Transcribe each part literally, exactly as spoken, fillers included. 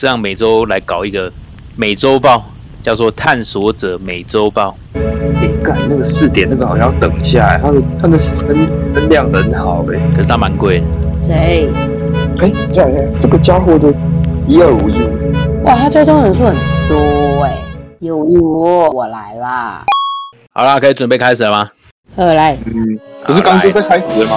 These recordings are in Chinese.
这样每周来搞一个每周报，叫做探索者每周报。 哎，干那个试点那个好像要等一下，它的它的声声量很好哎， 可是它蛮贵的。 谁？ 哎，这样这个家伙的一二五一五， 哇，他追踪人数很多哎，有一五，我来啦。 好啦，可以准备开始了吗？ 呃，来， 嗯，不是刚就在开始了吗？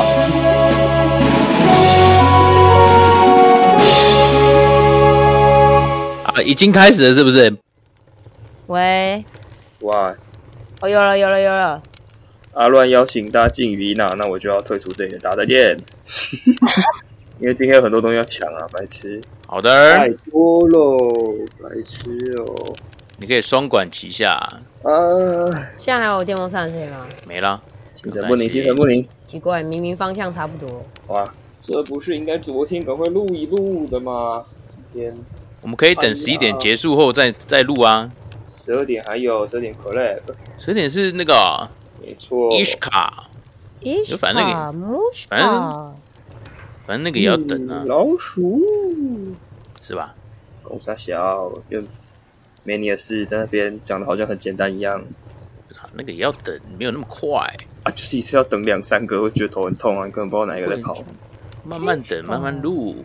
啊，已经开始了是不是？ 喂， 哇， 哦，有了，有了，有了。 阿乱邀请大家进鱼那，那我就要退出这里了，大家再见。因为今天有很多东西要抢啊，白痴。 好的， 太多喽，白痴哦。 你可以双管齐下啊。 现在还有电风扇可以吗？ 没了， 心神不宁，心神不宁。 奇怪，明明方向差不多。 哇，这不是应该昨天赶快录一录的吗？今天我们可以等十一点结束后再再录啊。 十二点还有十二点 collab， 十点是那个没错 Ishka， Ishka， 反正那个反正反正那个也要等啊。 嗯、老鼠是吧？ 公傻小，就没你的事，在那边讲的好像很简单一样。 那个也要等，没有那么快啊！就是一次要等两三个，会觉得头很痛啊，你根本不知道哪一个在跑。 慢慢等，慢慢录。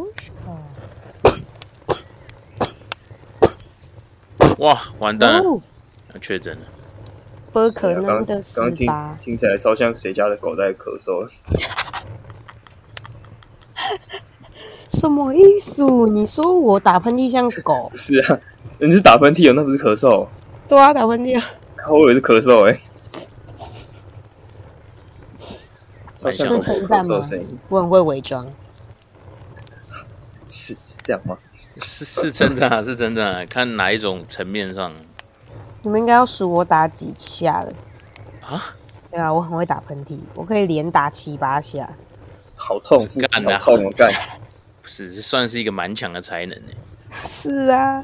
哇，完蛋了，哦、确诊了。 不可能的事吧？ 刚听听起来超像谁家的狗在咳嗽。 什么意思？你说我打喷嚏像狗？ 不是啊，你是打喷嚏哦，那不是咳嗽。 对啊，打喷嚏啊。 我以为是咳嗽哎、欸。 这是称赞吗？我很会伪装。 是是这样吗？ 是是称赞啊，是称赞啊，看哪一种层面上。 你们应该要数我打几下了啊？ 对啊，我很会打喷嚏，我可以连打七八下。 好痛， 干的好痛，我干。 不是，这算是一个蛮强的才能呢。 是啊。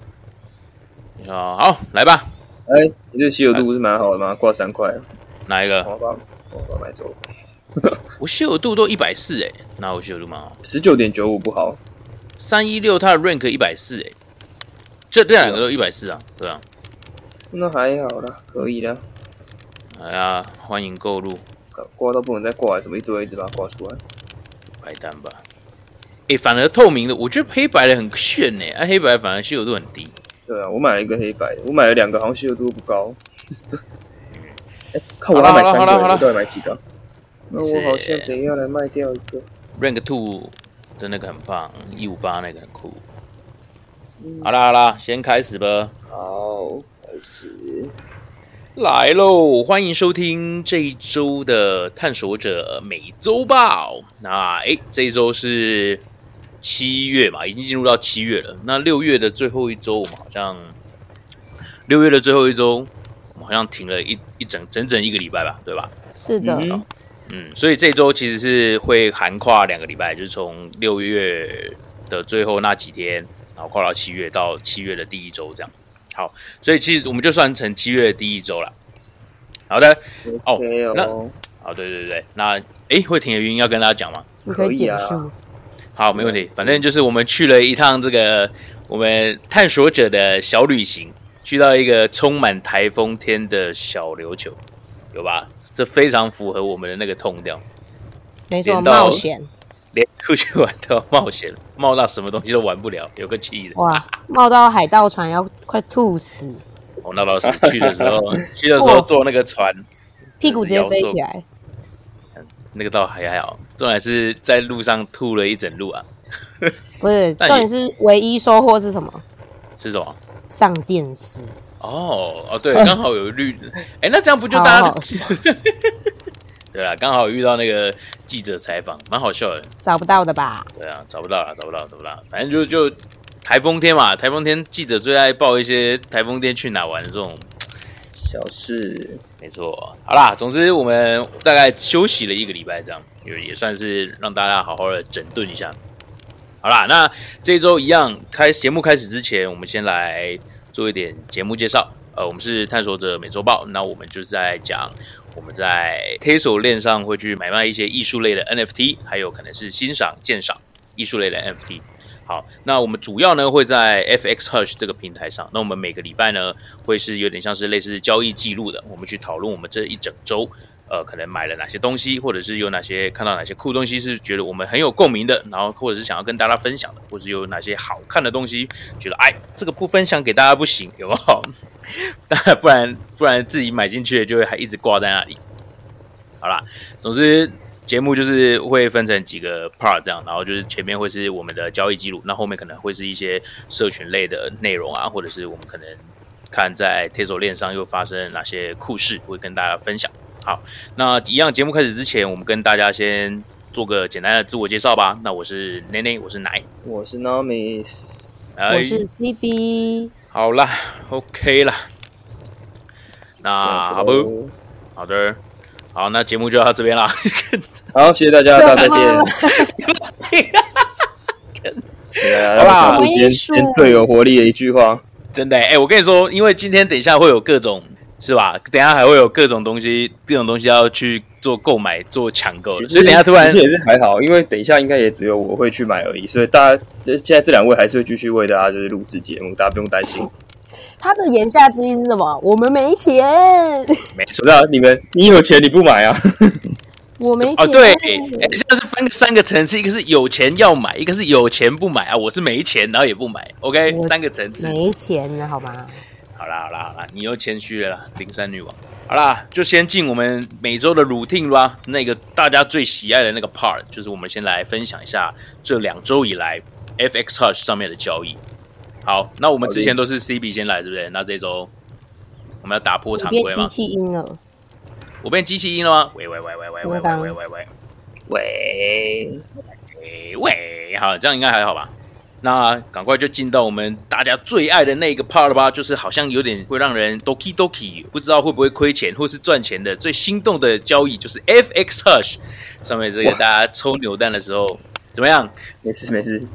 哦，好，来吧。 哎、欸，你这稀有度不是蛮好的吗？挂三块。 哪一个？ 我把我把买走。 我稀有度都一百四哎，那我稀有度蛮好。 十九点九五不好。 三一六它的 rank 一百四哎，这这两个都一百四啊，对啊。 那还好啦，可以的。 哎呀，欢迎购入。 挂到不能再挂，怎么一堆一直把它挂出来？ 白单吧。哎、欸，反而透明的，我觉得黑白的很炫哎，啊，黑白反而稀有度很低。 对啊，我买了一个黑白的，我买了两个，好像稀有度不高。哎、看我要买三个，我到底买几个？那我好像等一下来卖掉一个。 Rank Two 的那个很棒，一五八那个很酷。嗯、好啦好啦，先开始吧。 好，开始。 来喽！欢迎收听这一周的探索者每周报。那哎，这一周是七月嘛，已经进入到七月了。那六月的最后一周，我们好像六月的最后一周，我们好像停了一一整整整一个礼拜吧，对吧？ 是的。 嗯，嗯所以这周其实是会涵跨两个礼拜，就是从六月的最后那几天，然后跨到七月到七月的第一周这样。好，所以其实我们就算成七月的第一周了。好的，哦， okay 哦那好，对对对，那哎，会停的原因要跟大家讲吗？ 你可以简述。 好，没问题。反正就是我们去了一趟这个我们探索者的小旅行，去到一个充满台风天的小琉球，有吧？这非常符合我们的那个痛调。 没错，冒险。 连出去玩都要冒险，冒到什么东西都玩不了，有个气的。 哇，冒到海盗船要快吐死。 哦，那老师去的时候，去的时候坐那个船， 屁股直接飞起来。 那个倒还好，重点是在路上吐了一整路啊。 不是，重点是唯一收获是什么？ 是什么？ 上电视。 哦哦，对，刚好有绿。哎，那这样不就大家？对啦，刚好遇到那个记者采访，蛮好笑的。 找不到的吧？ 对啊，找不到了，找不到，找不到。反正就就台风天嘛，台风天记者最爱报一些台风天去哪玩的这种小事。 没错，好啦，总之我们大概休息了一个礼拜，这样也也算是让大家好好的整顿一下。好啦，那这一周一样，开节目开始之前，我们先来做一点节目介绍。呃，我们是探索者每周报，那我们就是在讲。我们在 Tezos 链上会去买卖一些艺术类的 N F T， 还有可能是欣赏、鉴赏艺术类的 N F T。 好，那我们主要呢会在 F X Hush 这个平台上。那我们每个礼拜呢会是有点像是类似交易记录的，我们去讨论我们这一整周呃可能买了哪些东西，或者是有哪些看到哪些酷东西是觉得我们很有共鸣的，然后或者是想要跟大家分享的，或者有哪些好看的东西，觉得哎这个不分享给大家不行，有没有？当然不然不然自己买进去就会还一直挂在那里。好啦，总之。节目就是会分成几个 part 这样，然后就是前面会是我们的交易记录，那后面可能会是一些社群类的内容啊，或者是我们可能看在 Tezos 链上又发生了哪些酷事，会跟大家分享。好，那一样节目开始之前，我们跟大家先做个简单的自我介绍吧。那我是内内，我是奶， 我是 Nomis， 我是 C B。 好啦 ，OK 啦，那好不？好的。好，那节目就到这边啦。 好，谢谢大家，大家再见。好啦，今天今天最有活力的一句话， 真的哎、欸，我跟你说，因为今天等一下会有各种是吧？等一下还会有各种东西，各种东西要去做购买、做抢购，所以等一下突然其实也是还好，因为等一下应该也只有我会去买而已，所以大家现在这两位还是会继续为大家就是录制节目，大家不用担心。 他的言下之意是什么？我们没钱。 没错， 不是啊，你们你有钱你不买啊？ 我没钱。 哦，对，哎，现在是分三个层次，一个是有钱要买，一个是有钱不买啊。我是没钱，然后也不买。OK， 三个层次。 没钱了，好吗？ 好啦，好啦，好啦，你又谦虚了啦，灵山女王。好啦，就先进我们每周的 routine 吧。那个大家最喜爱的那个 part， 就是我们先来分享一下这两周以来 F X Hush 上面的交易。好，那我们之前都是 C B 先来，是不是？那这周我们要打破常规吗？ 我变机器音了， 我变机器音了吗？喂喂喂喂喂喂喂喂喂喂喂喂喂，好，这样应该还好吧？那赶快就进到我们大家最爱的那个 part 吧，就是好像有点会让人 doki doki， 不知道会不会亏钱或是赚钱的最心动的交易，就是 F X Hush 上面这个大家抽扭蛋的时候怎么样？ 没事没事。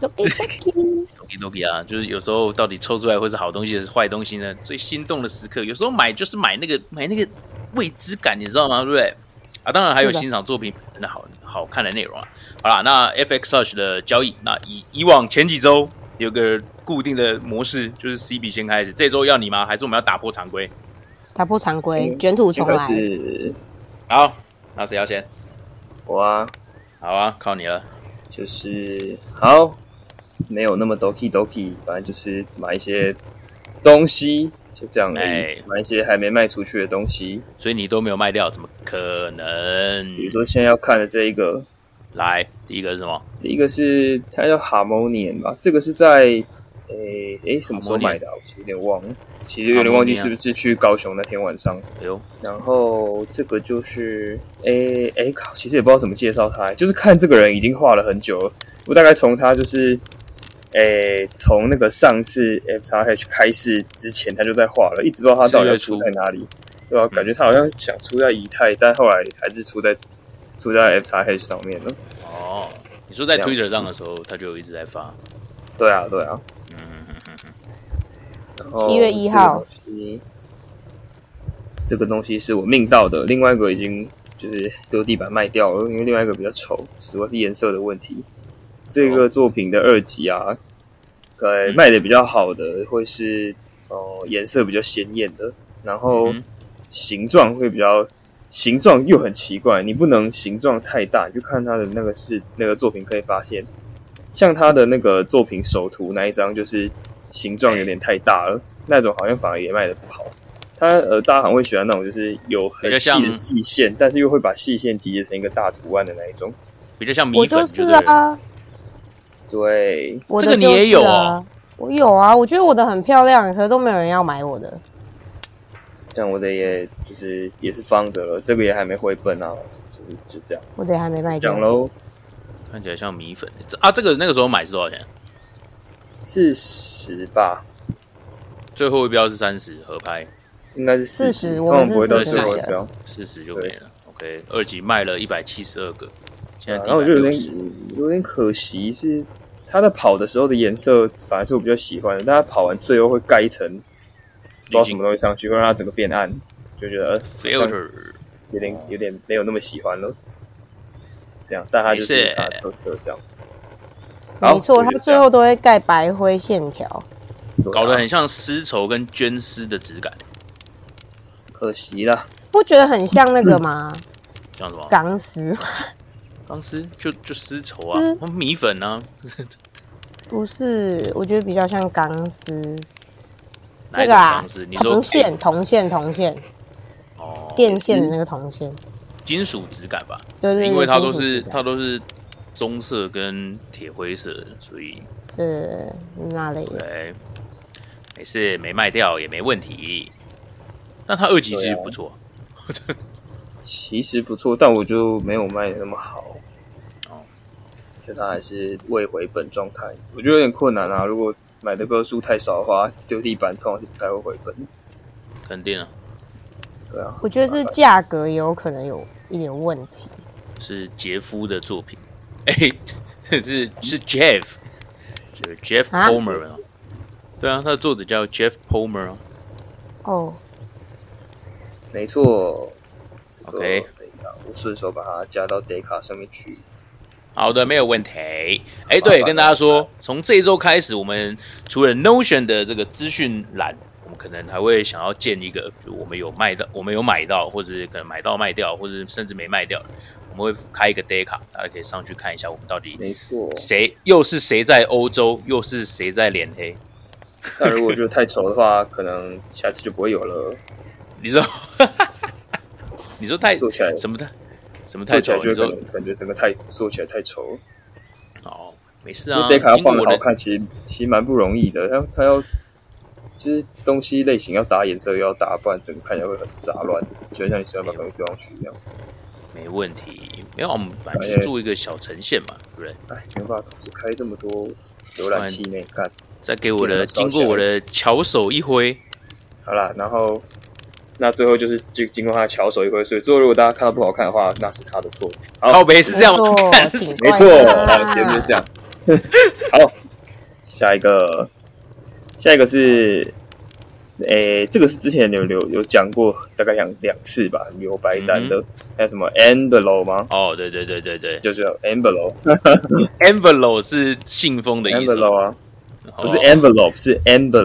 Doki 啊，就是有时候到底抽出来会是好东西还是坏东西呢？最心动的时刻，有时候买就是买那个买那个未知感，你知道吗？对不对？啊，当然还有欣赏作品真的好好看的内容啊。好啦，那 F X Hush 的交易，那以以往前几周有个固定的模式，就是 C B 先开始，这周要你吗？还是我们要打破常规？ 打破常规，卷土重来。 好，那谁要先？ 我啊， 好啊，靠你了。 就是好。没有那么 doki doki， 反正就是买一些东西，就这样而已。欸、买一些还没卖出去的东西， 所以你都没有卖掉，怎么可能？ 比如说现在要看的这一个， 来，第一个是什么？ 第一个是它叫 Harmonian 吧，这个是在诶诶什么时候买的、啊？我其实有点忘了，其实有点忘记是不是去高雄那天晚上。 哎呦， 然后这个就是诶诶靠，其实也不知道怎么介绍他，就是看这个人已经画了很久了，我大概从他就是。诶，从那个上次 F X H 开市之前，他就在画了，一直不知道他到底要出在哪里，对吧、啊？感觉他好像想出在以太，但后来还是出在出在 F X H 上面了。 哦，你说在 Twitter 上的时候，他就一直在发。 对啊，对啊。 嗯嗯嗯嗯。 然后七月一号， 这个东西是我命到的，另外一个已经就是丢地板卖掉了，因为另外一个比较丑，主要是颜色的问题。这个作品的二级啊，呃，卖的比较好的会是呃颜色比较鲜艳的，然后形状会比较形状又很奇怪，你不能形状太大，你就看它的那个是那个作品可以发现，像他的那个作品首图那一张就是形状有点太大了，那种好像反而也卖的不好。他呃，大家好像会喜欢那种就是有很细的细线，但是又会把细线集结成一个大图案的那一种， 比较像米粉。我就是啊。 对， 我这个你也有啊？ 我有啊，我觉得我的很漂亮，可是都没有人要买我的。 像我的也就是也是放着了，这个也还没回本啊，就是就这样。 我的还没卖掉。 讲喽， 看起来像米粉啊！这个那个时候买是多少钱？ 四十吧。 最后一标是三十，合拍应该是四十， 我们是四十买的， 四十就没了。OK， 二级卖了一百七十二个，现在然后我就有点有点可惜是。它的跑的时候的颜色反而是我比较喜欢的，但它跑完最后会盖一层不知道什么东西上去，会让它整个变暗，就觉得 filter 有点有点没有那么喜欢了。这样，但它就是它的特色这样。 没错，它最后都会盖白灰线条， 搞得很像丝绸跟绢丝的质感。 可惜啦， 不觉得很像那个吗？ 像什么？ 钢丝？ 钢丝就就丝绸啊，米粉啊。 不是，我觉得比较像钢丝。 那个啊，你说铜线，铜线，铜线。哦，电线的那个铜线， 金属质感吧？ 对 对, 对， 因为它都是它都是棕色跟铁灰色的，所以对那类的。 对，没事，没卖掉也没问题。但它二级其实不错。 其实不错，但我就没有卖的那么好。哦，就它还是未回本状态，我觉得有点困难啊。如果买的个数太少的话，丢地板通常是不太会回本。 肯定啊。 对啊。 我觉得是价格也有可能有一点问题。 是杰夫的作品，哎、欸，是是 Jeff， 就是 Jeff Palmer 啊。对啊，他的作者叫 Jeff Palmer 啊。 哦。 没错。 OK， 我顺手把它加到 Daycard 上面去。 好的，没有问题。哎、欸，对，跟大家说，从这一周开始，我们除了 Notion 的这个资讯栏，我们可能还会想要建一个，比如我们有卖到，我们有买到，或者可能买到卖掉，或者甚至没卖掉，我们会开一个 Daycard， 大家可以上去看一下，我们到底没错， 谁又是谁在欧洲，又是谁在脸黑。 那如果觉得太丑的话，可能下次就不会有了。 你说？你说太做起来什么的什么太丑？ 你说感觉整个太做起来太丑。 哦，没事啊。 Daycard 要放的好看，其实其实蛮不容易的。它它要就是东西类型要搭颜色，又要搭，不然整个看起来会很杂乱，就像你随便把东西丢上去一样。 没问题，没有我们本来就是做一个小呈现嘛，对不对？ 哎，没办法，同时开这么多浏览器内看， 再给我的经过我的巧手一挥， 好啦，然后。那最后就是经经过他的巧手一挥，所以最后如果大家看到不好看的话，那是他的错。 靠北是这样吗？ 没错，好，节目就这样。好，下一个，下一个是，诶、欸，这个是之前有有有讲过，大概两两次吧，留白单的，还有什么 envelope 吗？ 哦，对对对对对， 就是 envelope 。 envelope 是信封的意思 ，envelope 啊，不是 envelope， 是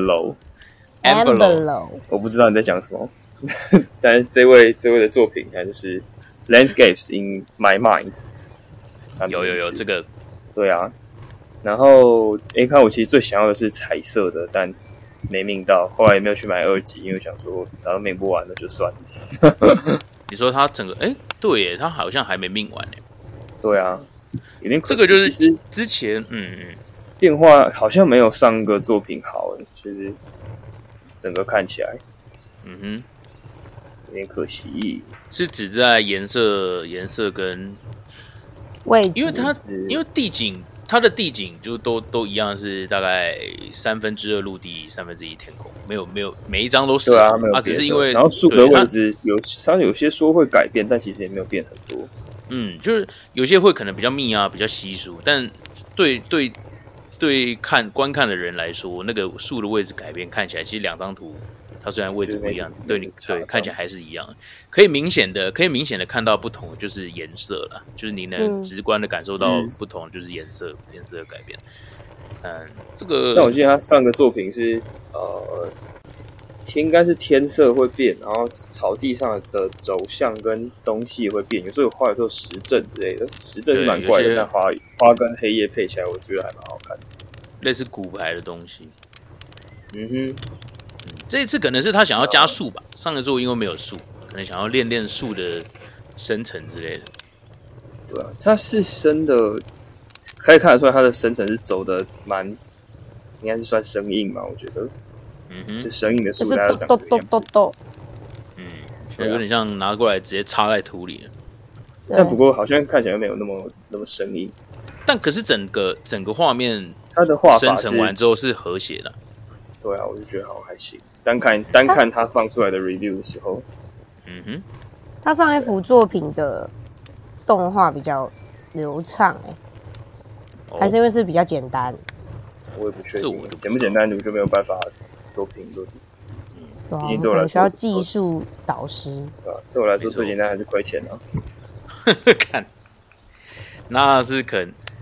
envelope。envelope， 我不知道你在讲什么。但是这位这位的作品，它就是 Landscapes in My Mind。 有有有这个， 对啊。然后 A 看我其实最想要的是彩色的，但没命到，后来也没有去买二级，因为想说打到命不完了就算了。 你说他整个，哎、欸，对耶，他好像还没命完耶。 对啊，有点可惜。 这个就是之前，嗯嗯， 变化好像没有上个作品好，就是整个看起来， 嗯哼。 有点可惜， 是指在颜色、颜色跟位置， 因为它因为地景，它的地景就都都一样，是大概三分之二陆地，三分之一天空，没有没有每一张都是对啊，没有啊，只是因为然后树的位置有它有些说会改变，但其实也没有变很多。 嗯，就是有些会可能比较密啊，比较稀疏，但对对对看观看的人来说，那个树的位置改变看起来，其实两张图。它虽然位置不一样，对你对看起来还是一样，可以明显的可以明显的看到不同，就是颜色啦，就是你能直观的感受到不同，就是颜色颜色的改变。嗯，这个但我记得他上个作品是呃，应该是天色会变，然后草地上的走向跟东西也会变，有时候有花，有时候时阵之类的，时阵是蛮怪的，但花花跟黑夜配起来，我觉得还蛮好看的， 类似骨牌的东西。 嗯哼。 这一次可能是他想要加速吧，上个作因为没有速，可能想要练练速的生成之类的。 对啊，它是生的，可以看得出来它的生成是走的蛮，应该是算生硬嘛，我觉得。嗯哼，就生硬的树大家长得一样。 嗯，有点像拿过来直接插在土里了。 但不过好像看起来没有那么那么生硬。 但可是整个整个画面， 它的画法生成完之后是和谐的。 对啊，我就觉得好像还行。单看单看他放出来的 review 的时候， 嗯哼， 他上一幅作品的动画比较流畅，哎、欸，哦、还是因为是比较简单？ 我也不确定，简不简单，我就没有办法做评论。 嗯，毕竟对我来说需要技术导师。 对啊，对我来说最简单还是亏钱啊。 看，那是肯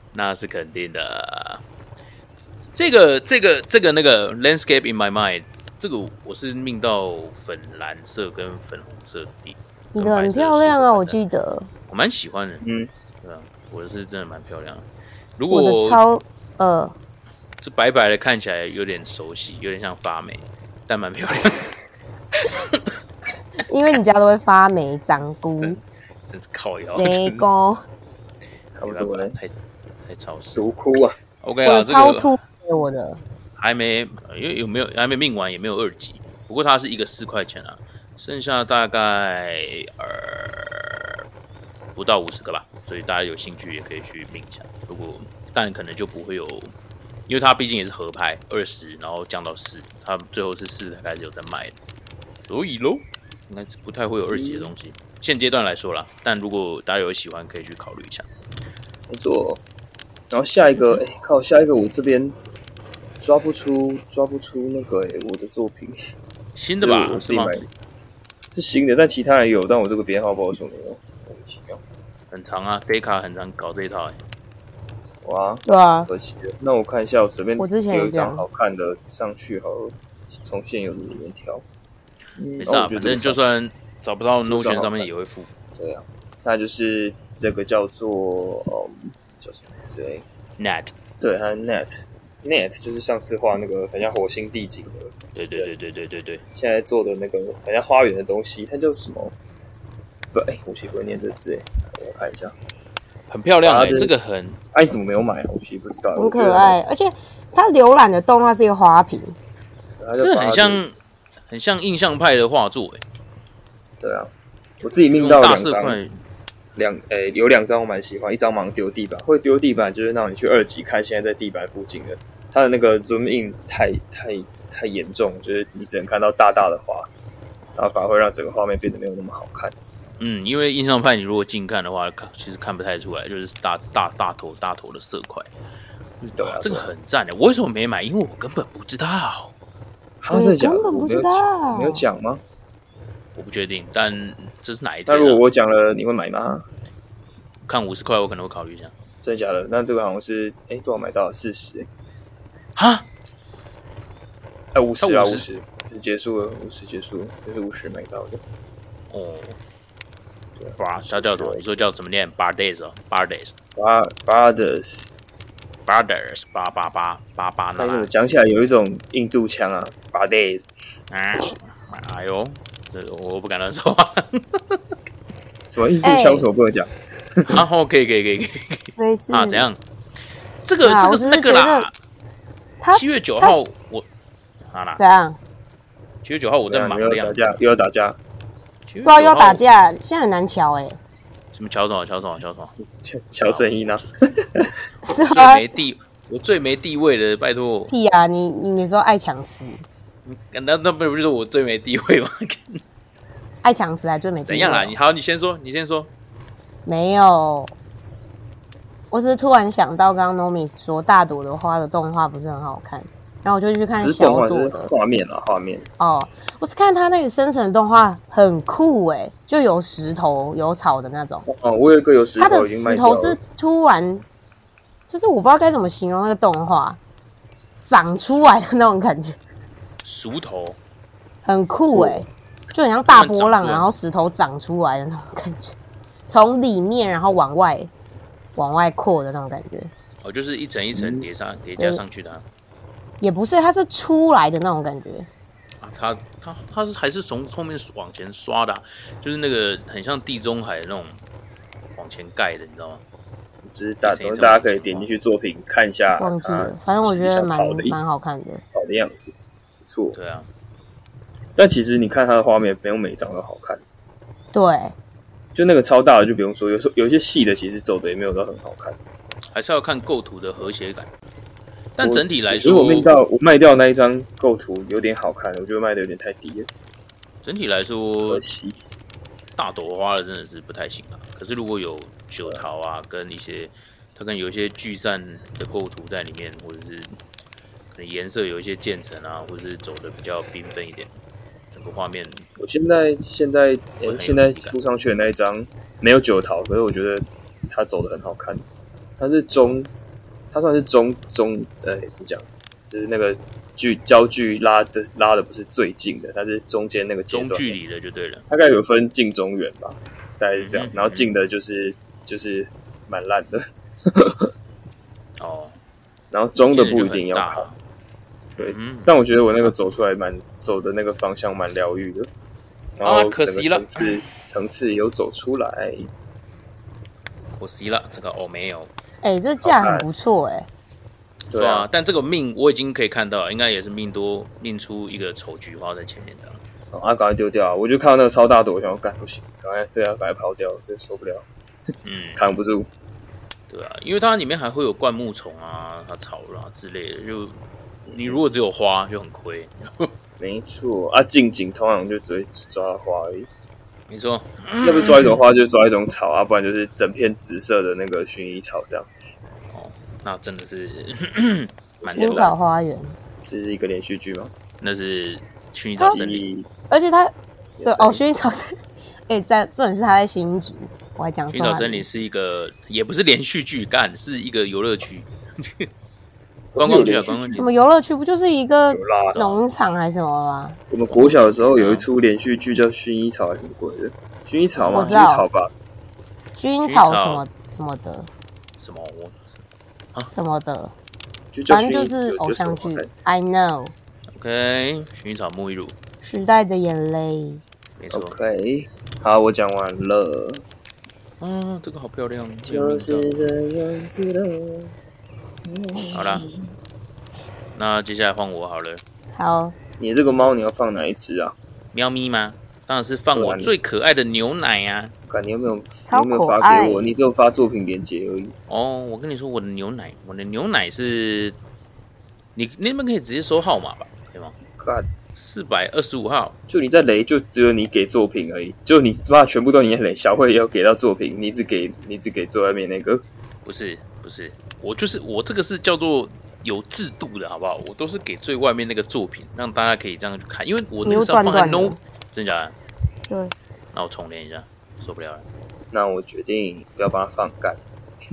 那是肯定的。这个这个这个那个 landscape in my mind， 这个我是命到粉蓝色跟粉红色地。 你的很漂亮啊，我记得。 我蛮喜欢的， 嗯， 对啊，我的是真的蛮漂亮的。如果我的超呃， 这白白的看起来有点熟悉，有点像发霉，但蛮漂亮的。 因为你家都会发霉长菇， 真是靠腰， 谁公差不多嘞， 太太潮湿， 毒窟啊。 OK 啊， 我的这个超突给我的， 还没，因为有没有还没命完，也没有二级，不过它是一个四块钱啊，剩下大概呃不到五十个吧，所以大家有兴趣也可以去命一下。如果但可能就不会有，因为它毕竟也是合拍二十，然后降到四，它最后是四才开始有在卖的，所以喽，应该是不太会有二级的东西。现阶段来说啦，但如果大家有喜欢，可以去考虑一下。 没错。然后下一个，哎、欸，靠，下一个我这边抓不出，抓不出那个、欸，我的作品， 新的吧？ 是吗？是新的，但其他人有，但我这个编号不知道什么，莫名其妙。 很长啊 ，Deka 很常搞这一套、欸。 哇， 对啊， 可惜了。那我看一下，我随便我之前有一张好看的上去，好了，从现有的里面挑。 嗯、没事啊，反正就算找不到 Notion 上面也会附。 对啊，那就是这个叫做嗯。叫什么之类 ？Net， 对，它 Net，Net 就是上次画那个很像火星地景的， 对对对对对对对。 现在做的那个很像花园的东西，它叫什么？不，哎、欸，我其实不会念这个字，哎，我看一下， 很漂亮哎、欸，这个很， 哎、啊，你怎么没有买？我其实不知道， 很可爱，而且它浏览的动画是一个花瓶， 是很像很像印象派的画作哎、欸。 对啊，我自己命到两张。两诶、欸，有两张我蛮喜欢，一张忙丢地板，会丢地板就是让你去二级看现在在地板附近的，它的那个 zoom in 太太太严重，就是你只能看到大大的花，然后反而会让整个画面变得没有那么好看。 嗯，因为印象派你如果近看的话，其实看不太出来，就是大大大头大头的色块。 对啊， 这个很赞的。我为什么没买？因为我根本不知道。 啊，真的假的？ 根本不知道， 没有讲吗？ 我不确定，但这是哪一天、啊？ 那如果我讲了，你会买吗？ 看五十块，我可能会考虑一下。 真的假的？那这个好像是哎、欸，多少买到？四十？ 哈？ 哎，五十啊，五十，是结束了，五十结束了，就是五十买到的。 哦，对，八，它叫什么？你说叫怎么念 ？Bardays 哦 ，Bardays。 Bar Brothers。 Brothers 八八八八八那。 讲起来有一种印度腔啊 ，Brothers。 啊，哎呦，这我不敢乱说话。 什么印度腔？什么不能讲？ 啊，哦，可以可以可以可以。 没事啊，怎样？这个、啊、这个是那个啦。七月九号我好啦。 怎样？ 七月九号我在忙的样子。 又要打架， 又要打架。对啊，又要打架，现在很难瞧哎、欸。 什么瞧什么瞧什么瞧什么？ 瞧声音呢？ 是最没地，我最没地位的，拜托。 屁啊！你你每次都爱抢词。 那那不是我最没地位吗？ 爱抢词还最没地位。 怎样啊？你好，你先说，你先说。 没有，我只是突然想到，刚刚 Nomis 说大朵的花的动画不是很好看，然后我就去看小朵的画面啊，画面。 哦，我是看他那个生成动画很酷哎、欸，就有石头有草的那种。 哦，我有一个有石头， 它的石头是突然，就是我不知道该怎么形容那个动画长出来的那种感觉。 石头很酷哎、欸，就很像大波浪，然后石头长出来的那种感觉。从里面然后往外往外扩的那种感觉， 哦，就是一层一层叠上叠、嗯、加上去的、啊， 也不是，它是出来的那种感觉啊，它它它是还是从后面往前刷的、啊，就是那个很像地中海的那种往前盖的，你知道吗？ 只是大，总之大家可以点进去作品看一下， 忘记了，反正我觉得蛮蛮好看的， 好的样子，不错。 对啊， 但其实你看它的画面，没有每张都好看。 对。 就那个超大的就不用说，有时候有一些细的其实走的也没有到很好看， 还是要看构图的和谐感。但整体来说， 如果卖到我卖掉那一张构图有点好看，我觉得卖的有点太低了。 整体来说， 可惜大朵花的真的是不太行啊。可是如果有九桃啊，跟一些它跟有一些聚散的构图在里面，或者是可能颜色有一些渐层啊，或者是走的比较缤纷一点。整个画面， 我现在现在、欸、现在附上去的那一张没有九桃，可是我觉得它走的很好看。它是中它算是中中呃怎么讲，就是那个距焦距拉的拉的不是最近的，它是中间那个阶段中距离的就对了， 大概有分近中远吧，大概是这样。 嗯、 然后近的就是就是蛮烂的， 哦， 然后中的不一定要看。对，嗯、但我觉得我那个走出来蛮走的那个方向蛮疗愈的，然后整个层次、啊、层次有走出来。 可惜了，这个哦没有。 哎、欸，这价很不错哎、欸。 对啊，但这个命我已经可以看到了，应该也是命多命出一个丑菊花在前面的。 哦，啊，赶快丢掉啊！我就看到那个超大朵，我想干不行，赶快这要赶快抛掉，这受不了，嗯，扛不住。 对啊，因为它里面还会有灌木丛啊、它草啊之类的，就你如果只有花就很亏。 没错啊，近景通常就只会抓花而已。 没错， 要不抓一种花就抓一种草啊，不然就是整片紫色的那个薰衣草这样。 哦，那真的是蛮薰衣草花园， 这是一个连续剧吗？ 那是薰衣草森林， 而且它对哦，薰衣草森林，哎、欸，在重点是它在新竹，我还讲薰衣草森林是一个，也不是连续剧，干是一个游乐区。观光区啊，观光区。 什么游乐区？不就是一个农场还是什么吗？ 我们国小的时候有一出连续剧叫《薰衣草》还是什么鬼的？薰衣草吗？薰衣草吧。 薰衣草什么什么的？ 什么我啊什么的？ 就叫反正就是偶像剧。I know。OK， 薰衣草沐浴乳。 时代的眼泪。 没错。 OK， 好，我讲完了。 嗯，这个好漂亮。 就是这样子的。 好啦，那接下来换我好了。 好， 你这个猫你要放哪一只啊？ 喵咪吗？当然是放我最可爱的牛奶呀、啊！ 看你有没有，你有没有发给我？你只有发作品连结而已。 哦，我跟你说，我的牛奶，我的牛奶是，你那边可以直接收号码吧，可以吗？ 看四百二十五号。 就你在雷，就只有你给作品而已。就你妈全部都你在雷，小慧也要给到作品，你只给你只给最外面那个。 不是不是，我就是我这个是叫做有制度的，好不好？我都是给最外面那个作品，让大家可以这样去看，因为我那个是要放在 no， 真假的？ 对。 那我重连一下，受不了了。 那我决定不要帮他放干。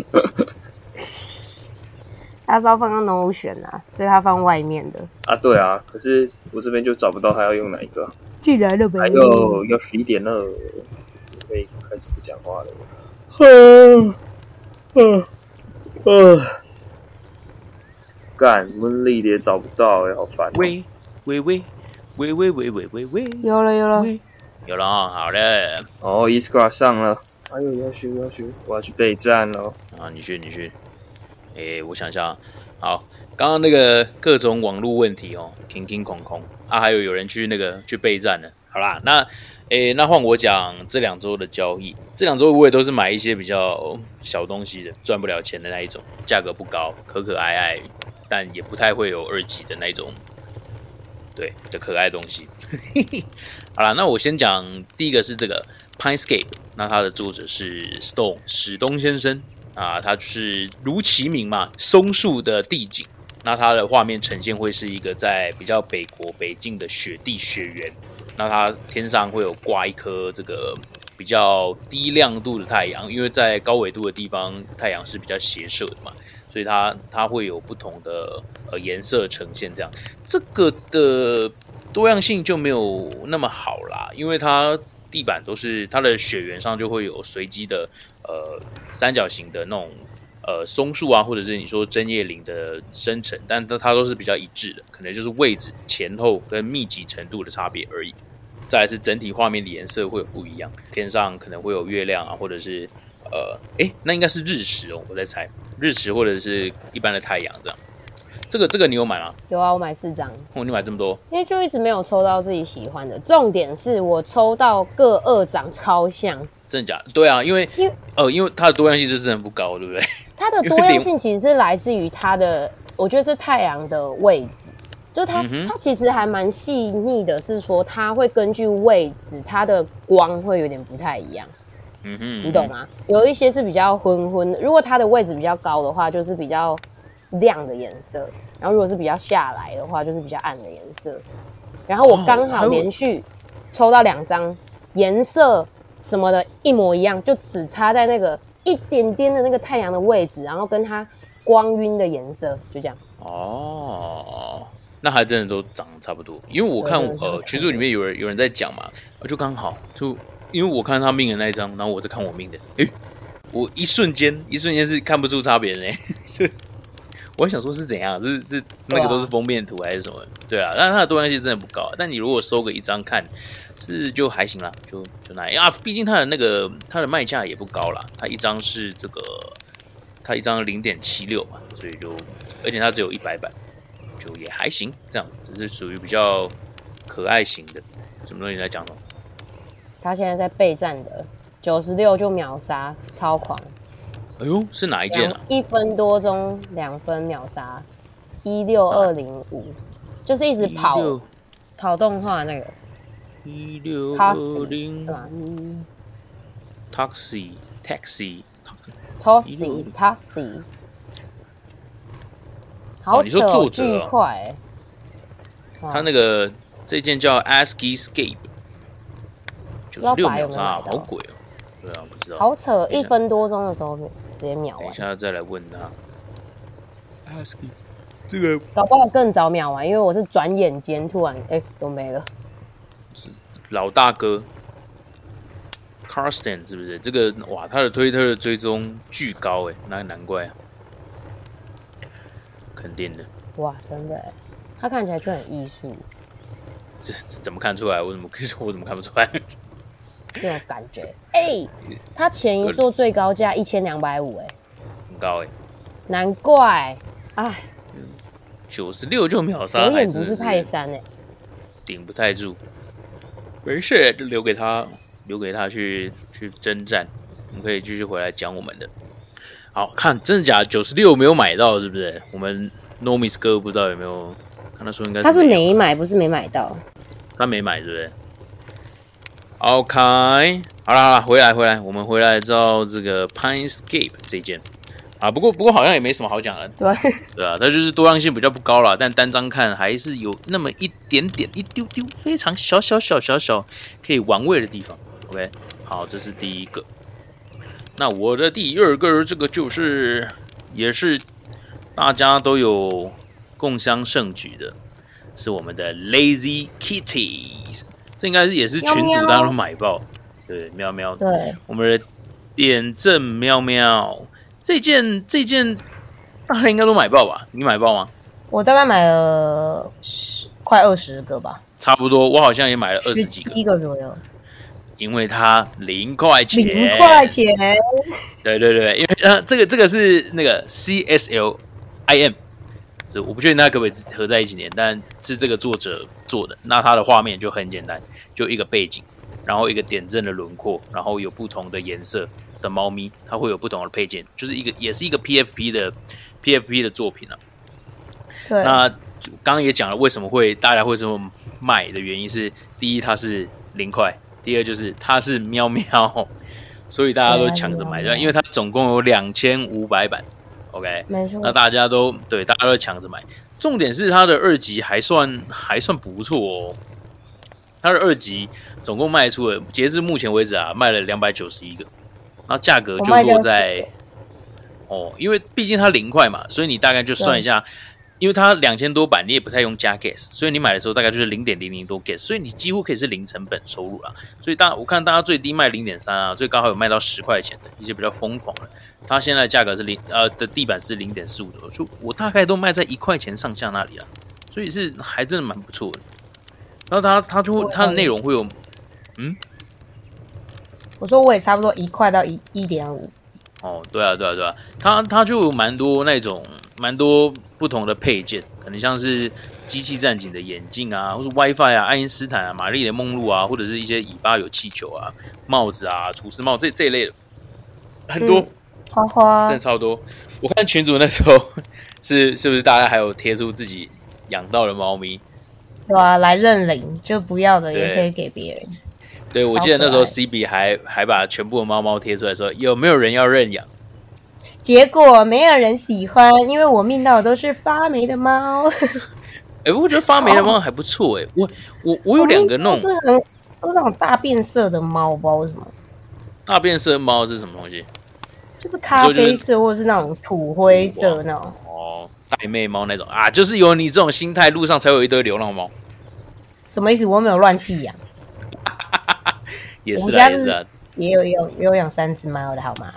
他是要放到 no 选啊，所以他放外面的。 啊，对啊，可是我这边就找不到他要用哪一个、啊。 进来了呗。 哎呦，要十一点了，可以开始不讲话了。嗯嗯嗯。干，温力也找不到哎、欸，好烦、喔。 喂喂喂喂喂喂喂喂喂， 有了有了有了啊，好了。 哦 ，Iskra 上了。哎呦，要去要去，我要去备战了。 啊，你去你去。哎、欸，我想想，好，刚刚那个各种网络问题哦，停停空空啊，还有有人去那个去备战了。好啦，那哎、欸，那换我讲这两周的交易。这两周我也都是买一些比较小东西的，赚不了钱的那一种，价格不高，可可爱爱。但也不太会有二级的那种，对的可爱东西。好啦，那我先讲第一个是这个 Pinescape， 那它的作者是 Stone 史东先生啊，它是如其名嘛，松树的地景。那它的画面呈现会是一个在比较北国北境的雪地雪原，那它天上会有挂一颗这个比较低亮度的太阳，因为在高纬度的地方太阳是比较斜射的嘛。所以它它会有不同的呃颜色呈现，这样这个的多样性就没有那么好啦，因为它地板都是它的雪原上就会有随机的呃三角形的那种呃松树啊，或者是你说针叶林的生成，但它都是比较一致的，可能就是位置、前后跟密集程度的差别而已。再来是整体画面的颜色会有不一样，天上可能会有月亮啊，或者是。呃，哎，那应该是日食哦，我在猜日食或者是一般的太阳这样。这个这个你有买吗？ 有啊，我买四张。 哦，你买这么多？ 因为就一直没有抽到自己喜欢的。重点是我抽到各二长超像。 真的假的？对啊，因为因为呃，因为它的多样性是真的不高，对不对？ 它的多样性其实是来自于它的，我觉得是太阳的位置。就它、嗯、它其实还蛮细腻的，是说它会根据位置，它的光会有点不太一样。 嗯哼， 你懂吗？有一些是比较昏昏的，如果它的位置比较高的话，就是比较亮的颜色；然后如果是比较下来的话，就是比较暗的颜色。然后我刚好连续抽到两张颜色什么的一模一样，就只差在那个一点点的那个太阳的位置，然后跟它光晕的颜色，就这样。 哦，那还真的都长得差不多。因为我看呃群组里面有人有人在讲嘛，就刚好就因为我看他命的那一张，然后我在看我命的，诶，我一瞬间一瞬间是看不出差别的呢。我还想说是怎样，是是那个都是封面图还是什么？对啊，但它的多样性真的不高。但你如果收个一张看，是就还行啦，就就那样啊。毕竟它的那个它的卖价也不高啦，它一张是这个，它一张零点七六嘛，所以就而且它只有一百版，就也还行。这样只是属于比较可爱型的。什么东西在讲什么？ 他现在在备战的九十六就秒杀，超狂。 哎呦，是哪一件啊？ 一分多钟两分秒杀，一六二零五，就是一直跑跑动画那个。 一六二零是吗 ？Taxi Taxi Taxi Taxi， 好扯哦，巨快、欸。 他那个这件叫 ASCII-scape， 九十六秒杀，好鬼哦！对啊，不知道。 好扯，一分多钟的时候。直接秒完， 等一下再来问他。ASCII 这个搞不好更早秒完，因为我是转眼间突然哎、欸、怎么没了？ 老大哥 Karsten 是不是？这个哇，他的推特的追踪巨高哎，那难怪啊，肯定的。 哇，真的哎，他看起来就很艺术。 这怎么看出来？我怎么我怎么看不出来？ 这种感觉，哎、欸，他前一座最高价一千两百五，哎， 很高哎， 难怪，哎， 九十六就秒杀， 有点不是泰山哎， 顶不太住，没事，就留给他，留给他去去征战，我们可以继续回来讲我们的。好看，真的假的？九十六没有买到，是不是？我们 Nomis 哥不知道有没有？看他说应该是他是没买，不是没买到， 他没买，是不是？ OK， 好啦好啦，回来回来，我们回来到这个 Pinescape 这一件啊，不过不过好像也没什么好讲的， 对对啊，它就是多样性比较不高啦，但单张看还是有那么一点点一丢丢非常小小小小小可以玩味的地方。OK， 好，这是第一个。那我的第二个这个就是也是大家都有共襄盛举的，是我们的 Lazy Kitties。这应该是也是群主大家都买爆，对，喵喵， 对， 我们的点阵喵喵这件这件大家应该都买爆吧？你买爆吗？ 我大概买了十快二十个吧， 差不多，我好像也买了二十几个， 一个左右，因为它零块钱， 零块钱， 对对对，因为它这个这个是那个 C S L I M。我不确定它可不可以合在一起念，但是这个作者做的。那它的画面就很简单，就一个背景，然后一个点阵的轮廓，然后有不同的颜色的猫咪，它会有不同的配件，就是一个也是一个 P F P 的 P F P 的作品啊。 对。 那刚刚也讲了，为什么会大家会这么卖的原因是，第一它是零块，第二就是它是喵喵，所以大家都抢着买，因为它总共有两千五百版。OK， 没错， 那大家都对，大家都抢着买。重点是它的二级还算还算不错哦。它的二级总共卖出了，截至目前为止啊，卖了两百九十一个，然后价格就落在哦，因为毕竟它零块嘛，所以你大概就算一下，因为它两千多版，你也不太用加 gas， 所以你买的时候大概就是零点零零多 gas， 所以你几乎可以是零成本收入啦。所以大我看大家最低卖零点三啊，最高还有卖到十块钱的一些比较疯狂的。它现在的价格是零呃的地板是零点四五的，就我大概都卖在一块钱上下那里了，所以是还真的蛮不错的。然后它它就它的内容会有，嗯， 我说我也差不多一块到一一点五。 哦，对啊对啊对啊，它它就有蛮多那种蛮多不同的配件，可能像是机器战警的眼镜啊，或是 WiFi 啊、爱因斯坦啊、玛丽莲梦露啊，或者是一些尾巴有气球啊、帽子啊、厨师帽这这一类的，很多。嗯花花真的超多，我看群主那时候是是不是大家还有贴出自己养到的猫咪？ 对啊，来认领，就不要的也可以给别人。 对，我记得那时候 C B 还还把全部的猫猫贴出来说，有没有人要认养？ 结果没有人喜欢，因为我命到的都是发霉的猫。 哎、欸，我觉得发霉的猫还不错哎、欸，我我我有两个那种是很都是那种大变色的猫，我不知道为什么。 大变色猫是什么东西？ 就是咖啡色或者是那种土灰色那种。 哦，玳瑁猫那种啊，就是有你这种心态，路上才有一堆流浪猫。 什么意思？我没有乱弃养。 也是啦， 我们家是也是啦， 也有有有养三只猫的好吗？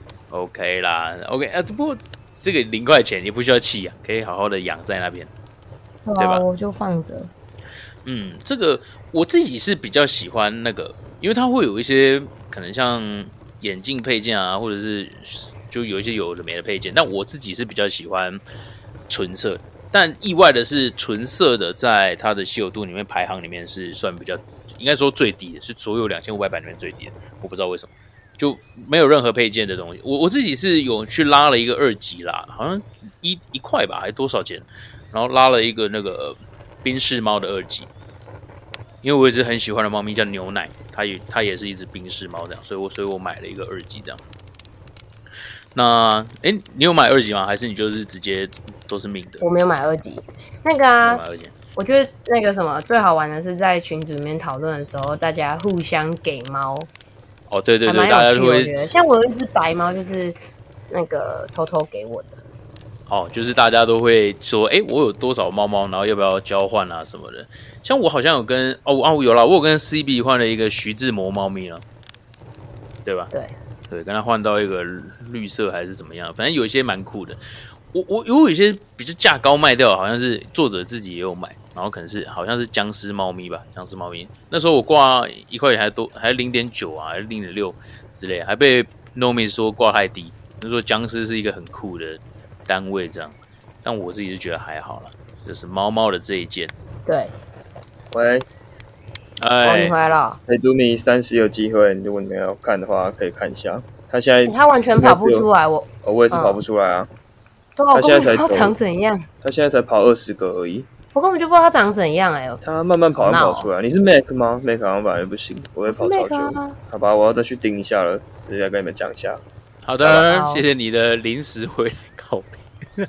OK 啦 ，OK 啊，不过这个零块钱也不需要弃养，可以好好的养在那边。对吧？ 我就放着。 嗯，这个我自己是比较喜欢那个，因为它会有一些可能像眼镜配件啊，或者是就有一些有的没的配件，但我自己是比较喜欢纯色的。但意外的是，纯色的在它的稀有度里面排行里面是算比较，应该说最低的，是所有两千五百版里面最低的。我不知道为什么，就没有任何配件的东西。我我自己是有去拉了一个二级啦，好像一一块吧，还多少钱？然后拉了一个那个宾士猫的二级，因为我一直很喜欢的猫咪叫牛奶，它也它也是一只宾士猫这样，所以我所以我买了一个二级这样。那哎，你有买二级吗？还是你就是直接都是命的？ 我没有买二级，那个啊， 买二级。 我觉得那个什么最好玩的是在群组里面讨论的时候，大家互相给猫， 哦，对对对， 还蛮有趣的。 大家都会， 我觉得像我有一只白猫，就是那个偷偷给我的。 哦，就是大家都会说，哎，我有多少猫猫，然后要不要交换啊什么的。像我好像有跟哦哦有啦，我有跟 C B 换了一个徐志摩猫咪了，对吧？ 对对，跟他换到一个绿色还是怎么样，反正有一些蛮酷的。我我有一些比较价高卖掉，好像是作者自己也有买，然后可能是好像是僵尸猫咪吧，僵尸猫咪。那时候我挂一块钱还多，还零点九啊，还是零点六之类的，还被 Nomi 说挂太低，就说僵尸是一个很酷的单位这样。但我自己是觉得还好啦，就是猫猫的这一件。 对， 喂， 哎， 哦，你回来了， 黑猪米三十有机会，如果你们要看的话，可以看一下。他现在他完全跑不出来，我哦，我也是跑不出来啊。 对啊，我他现在才根本不知道长怎样， 他现在才跑二十个而已， 我根本就不知道他长怎样哎、欸。 他慢慢跑，慢跑出来。你是 Mac 吗 ？Mac 好像本来不行，我会跑超是久。 Mac 啊好吧，我要再去盯一下了，直接跟你们讲一下。 好的， 好谢谢你的临时回来靠背。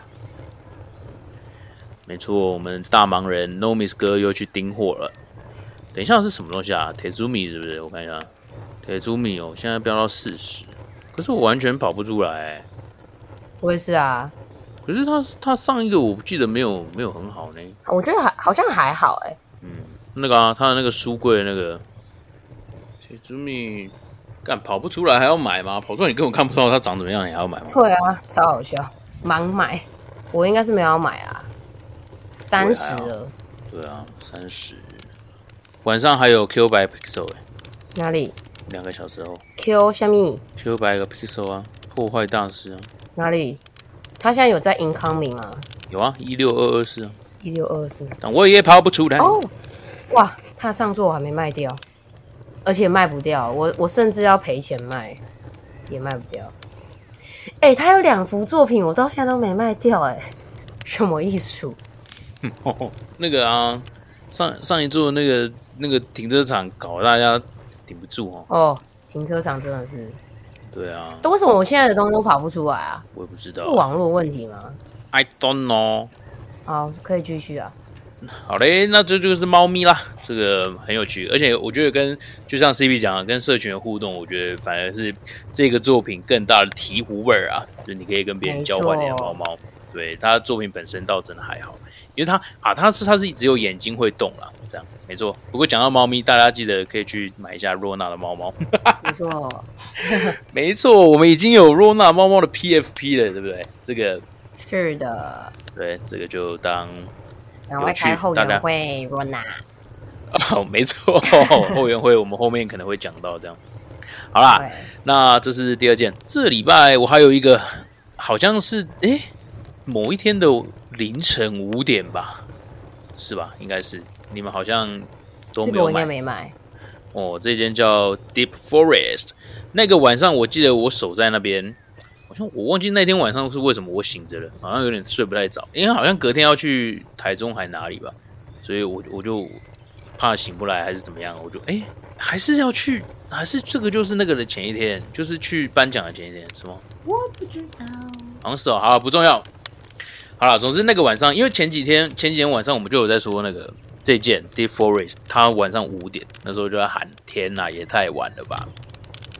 没错，我们大忙人 Nomis 哥又去订货了。等一下是什么东西啊？铁珠米是不是？我看一下，铁珠米哦，现在飙到四十，可是我完全跑不出来、欸。 我也是啊， 可是他他上一个我记得没有没有很好呢。 我觉得还好像还好哎、欸。 嗯，那个啊，他的那个书柜的那个铁珠米，干跑不出来还要买吗？跑出来你根本看不到它长怎么样，你还要买吗？ 对啊，超好笑，盲买。我应该是没有要买啊，三十了。 对啊，三十。晚上还有 Q 百 Pixel 哎、欸， 哪里两个小时后 ？Q 虾米？ Q 百个 Pixel 啊，破坏大师啊， 哪里？他现在有在 incoming 吗？ 有啊，一六二二四啊， 一六二四。 但我也跑不出来。 哦，哇，他上座我还没卖掉，而且卖不掉，我我甚至要赔钱卖，也卖不掉。哎、欸，他有两幅作品，我到现在都没卖掉、欸，哎，什么艺术？ 那个啊，上上一座那个那个停车场搞大家顶不住哦。 哦，停车场真的是。 对啊， 欸、为什么我现在的东西都跑不出来啊？ 我也不知道、啊， 是网络问题吗 ？I don't know。 好，可以继续啊。 好嘞，那这就是猫咪啦，这个很有趣，而且我觉得跟就像 C B 讲的，跟社群的互动，我觉得反而是这个作品更大的醍醐味儿啊，就是你可以跟别人交换你的猫猫。对，他作品本身倒真的还好，因为他啊，他是他是只有眼睛会动啦，这样没错。不过讲到猫咪，大家记得可以去买一下若娜的猫猫。 没错， 没错，我们已经有若娜猫猫的 P F P 了，对不对？这个是的。 对，这个就当。 赶快开后援会 ，Rona。 哦，没错，后援会我们后面可能会讲到这样。好啦，那这是第二件。这礼拜我还有一个，好像是诶某一天的凌晨五点吧，是吧？应该是你们好像都没有买。 这个我应该没买。 哦，这间叫 Deep Forest， 那个晚上我记得我守在那边。好像我忘记那天晚上是为什么我醒着了，好像有点睡不太早，因为好像隔天要去台中还哪里吧，所以我我就怕醒不来还是怎么样，我就哎、欸、还是要去，还是这个就是那个的前一天，就是去颁奖的前一天，是吗？ 我不知道， 好像是哦，好了，不重要。好了，总之那个晚上，因为前几天前几天晚上我们就有在说那个这件 Deep Forest， 它晚上五点那时候就在喊天哪、啊，也太晚了吧。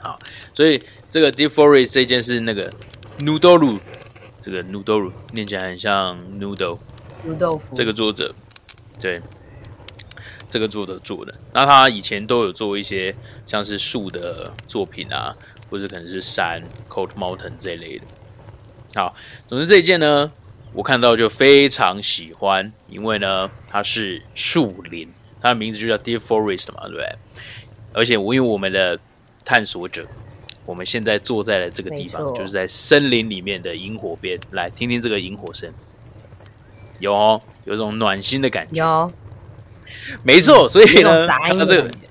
啊，所以这个 Deep Forest 这件是那个 Noodle， 这个 Noodle 念起来很像 noodle， 卤豆腐。 这个作者，对，这个作者做的。那他以前都有做一些像是树的作品啊，或者可能是山 Cold Mountain 这一类的。好，总之这一件呢，我看到就非常喜欢，因为呢它是树林，它的名字就叫 Deep Forest 嘛，对不对？而且我因为我们的探索者，我们现在坐在了这个地方，就是在森林里面的萤火边，来听听这个萤火声，有哦，有种暖心的感觉。 有， 没错，所以呢， 杂音那这个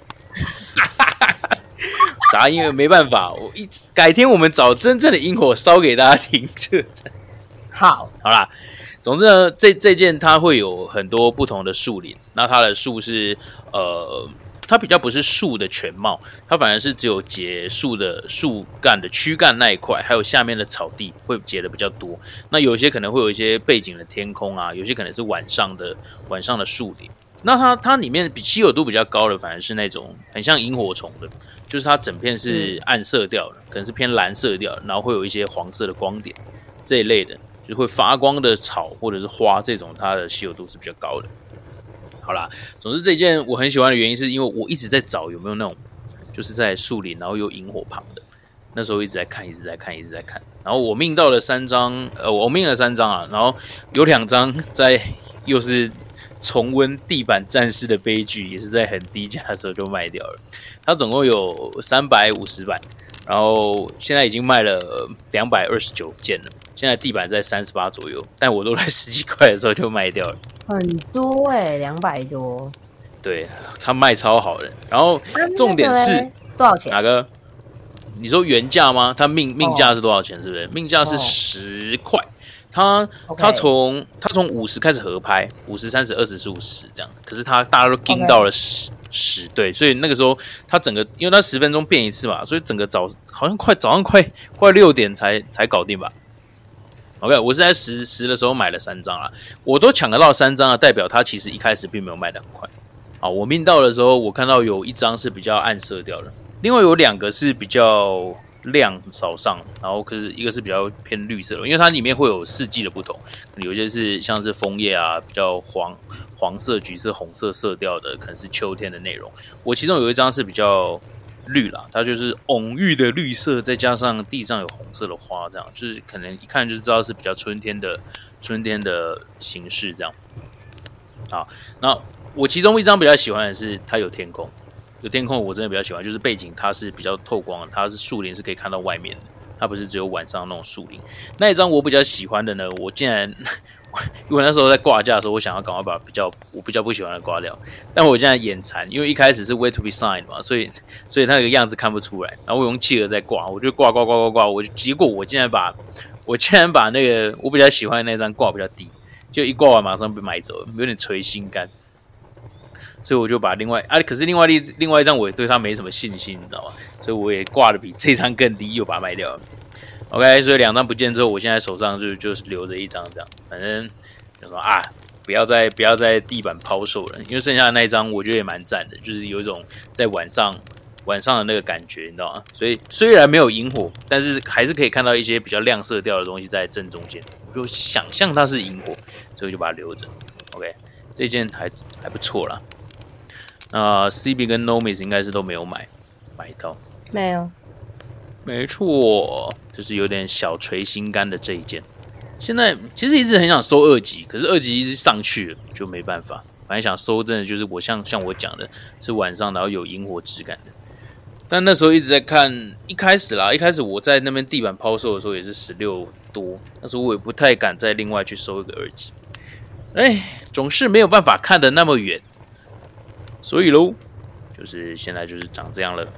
杂音没办法，我一改天我们找真正的萤火烧给大家听。这好， 好啦，总之呢，这这件它会有很多不同的树林，那它的树是呃，它比较不是树的全貌，它反而是只有结树的树干的躯干那一块，还有下面的草地会结的比较多。那有些可能会有一些背景的天空啊，有些可能是晚上的晚上的树林。那它它里面比稀有度比较高的，反而是那种很像萤火虫的，就是它整片是暗色调的，可能是偏蓝色调的，然后会有一些黄色的光点这一类的，就是会发光的草或者是花这种，它的稀有度是比较高的。好啦，总之这件我很喜欢的原因，是因为我一直在找有没有那种就是在树林然后有萤火旁的，那时候一直在看，一直在看，一直在看。然后我命到了三张，呃，我命了三张啊，然后有两张在又是重温地板战士的悲剧，也是在很低价的时候就卖掉了。它总共有三百五十版，然后现在已经卖了两百二十九件了。现在地板在三十八左右，但我都在十几块的时候就卖掉了， 很多哎、欸，两百多。 对，它卖超好的。然后重点是、 啊、多少钱？ 哪个？你说原价吗？它命命价是多少钱？是不是？命价是十块。它它从它从五十开始合拍，五十、三十、二十、十五、十这样。可是它大家都盯到了十十，对，所以那个时候它整个，因为它十分钟变一次嘛，所以整个早好像快早上快快六点才才搞定吧。OK， 我是在十十的时候买了三张啦，我都抢得到三张啊，代表它其实一开始并没有卖得很快。好，我命到的时候，我看到有一张是比较暗色调的，另外有两个是比较亮少上，然后可是一个是比较偏绿色的，因为它里面会有四季的不同，有些是像是枫叶啊，比较黄黄色、橘色、红色色调的，可能是秋天的内容。我其中有一张是比较绿啦，它就是蓊郁的绿色，再加上地上有红色的花，这样就是可能一看就知道是比较春天的春天的形式这样。好，那我其中一张比较喜欢的是它有天空，有天空我真的比较喜欢，就是背景它是比较透光的，它是树林是可以看到外面的，它不是只有晚上那种树林。那一张我比较喜欢的呢，我竟然因为那时候在挂架的时候，我想要赶快把比较我比较不喜欢的挂掉，但我现在眼馋，因为一开始是 wait to be signed 嘛，所以所以它那个样子看不出来，然后我用企鹅在挂，我就挂挂挂挂挂，我就结果我竟然把我竟然把那个我比较喜欢的那张挂比较低，就一挂完马上被买走了，有点捶心肝，所以我就把另外啊，可是另外一另外一张我也对它没什么信心，你知道吗？所以我也挂的比这张更低，又把它卖掉了。OK， 所以两张不见之后，我现在手上就就是留着一张这样，反正就说啊，不要再不要在地板抛售了，因为剩下的那一张我觉得也蛮赞的，就是有一种在晚上晚上的那个感觉，你知道吗？所以虽然没有萤火，但是还是可以看到一些比较亮色调的东西在正中间，我就想象它是萤火，所以就把它留着。OK， 这件还还不错啦。那 C B 跟 Nomis 应该是都没有买买到， 没有。 没错，就是有点小捶心肝的这一件。现在其实一直很想收二级，可是二级一直上去了，就没办法。反正想收，真的就是我像像我讲的，是晚上然后有萤火质感的。但那时候一直在看，一开始啦，一开始我在那边地板抛售的时候也是十六多，那时候我也不太敢再另外去收一个二级。哎，总是没有办法看得那么远，所以喽，就是现在就是长这样了。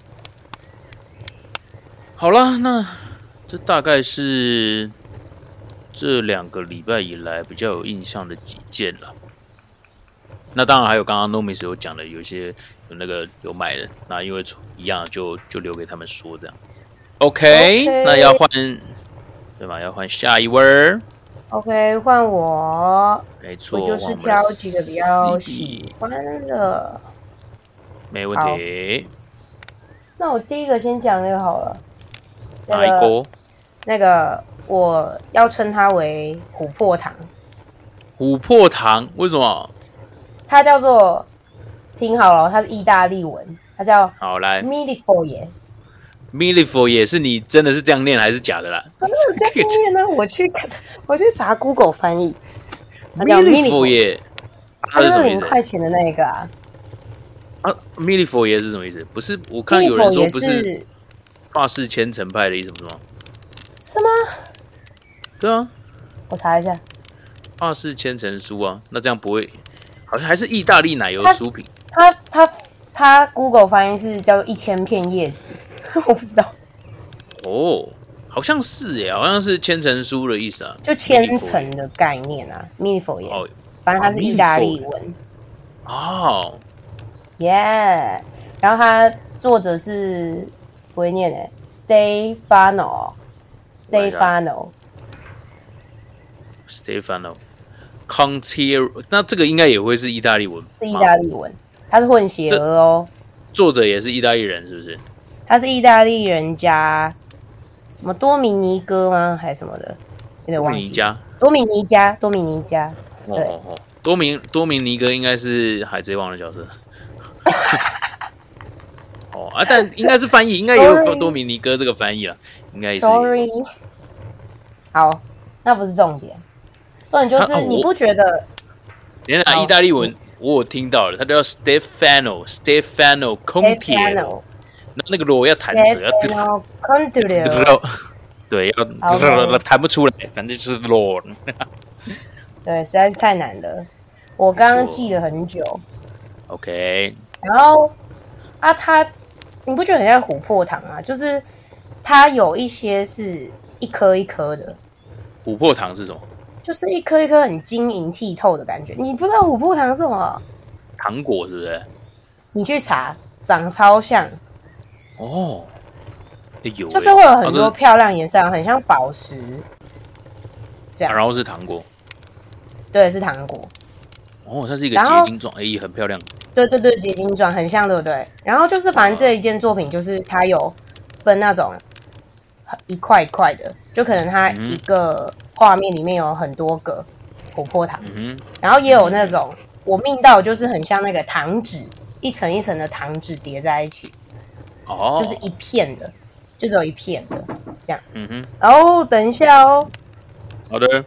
好啦，那这大概是这两个礼拜以来比较有印象的几件了。那当然还有刚刚 Nomis 有讲的，有一些有那个有买的，那因为一样就就留给他们说这样。OK，, okay 那要换对吧？要换下一位。 OK， 换我。 没错， 我就是挑几个比较喜欢的。 没问题。 那我第一个先讲那个好了。那哪一个个？ 那个我要称它为琥珀糖， 琥珀糖？为什么？ 它叫做听好了，它是意大利文，它叫好来 Millefeuille。 ，Millefeuille 也是你真的是这样念还是假的啦？ 真的这样念呢？我去看，我去查 Google 翻译，它叫 Millefeuille，它它就是是什么意思？ 零块钱的那个啊。 啊，Millefeuille 是什么意思？不是，我看有人说不 Millefeuille 是法式千层派的意思，不是吗？ 是吗？ 对啊， 我查一下， 法式千层酥啊，那这样不会，好像还是意大利奶油它酥饼。 它它它 Google 翻译是叫做一千片叶子，我不知道， 哦，好像是耶，好像是千层酥的意思啊， 就千层的概念啊 ，Millefeuille， 哦反正它是意大利文。 哦， 耶、yeah 然后它作者是不会念诶 ，Stefano，Stefano， Stefano Contiero， 那这个应该也会是意大利文， 是意大利文，它是混血儿哦， 作者也是意大利人，是不是？ 他是意大利人加什么多米尼哥吗？还是什么的？有点多忘记。 米尼加， 多米尼加，多米尼加，对， 哦哦哦，多明多明尼哥应该是海贼王的角色。哦啊，但应该是翻译，应该也有 Sorry 多米尼哥这个翻译了，应该也是。 Sorry， 好，那不是重点，重点就他哦是你不觉得？ 原来意大利文我有听到了，它叫 Stefano Stefano Contiero， 那那个螺要弹舌，要 Stefano Contiero， 对，要 Okay 弹不出来，反正就是螺。 对，实在是太难了，我刚刚记了很久。 OK， 然后啊，它你不觉得很像琥珀糖啊？就是它有一些是一颗一颗的， 琥珀糖是什么？ 就是一颗一颗很晶莹剔透的感觉。你不知道琥珀糖是什么？ 糖果是不是？ 你去查，长超像， 哦，欸有欸， 就是会有很哦多漂亮颜色，很像宝石这样。 这然后是糖果。 对，是糖果。 哦，它是一个然后结晶状，哎、欸，很漂亮。 对对对，结晶状很像，对不对？然后就是，反正这一件作品就是它有分那种一块一块的，就可能它一个画面里面有很多个琥珀糖， 嗯哼， 然后也有那种我命到就是很像那个糖纸，一层一层的糖纸叠在一起， 哦， 就是一片的，就只有一片的这样。 嗯哼， 然后等一下哦好的，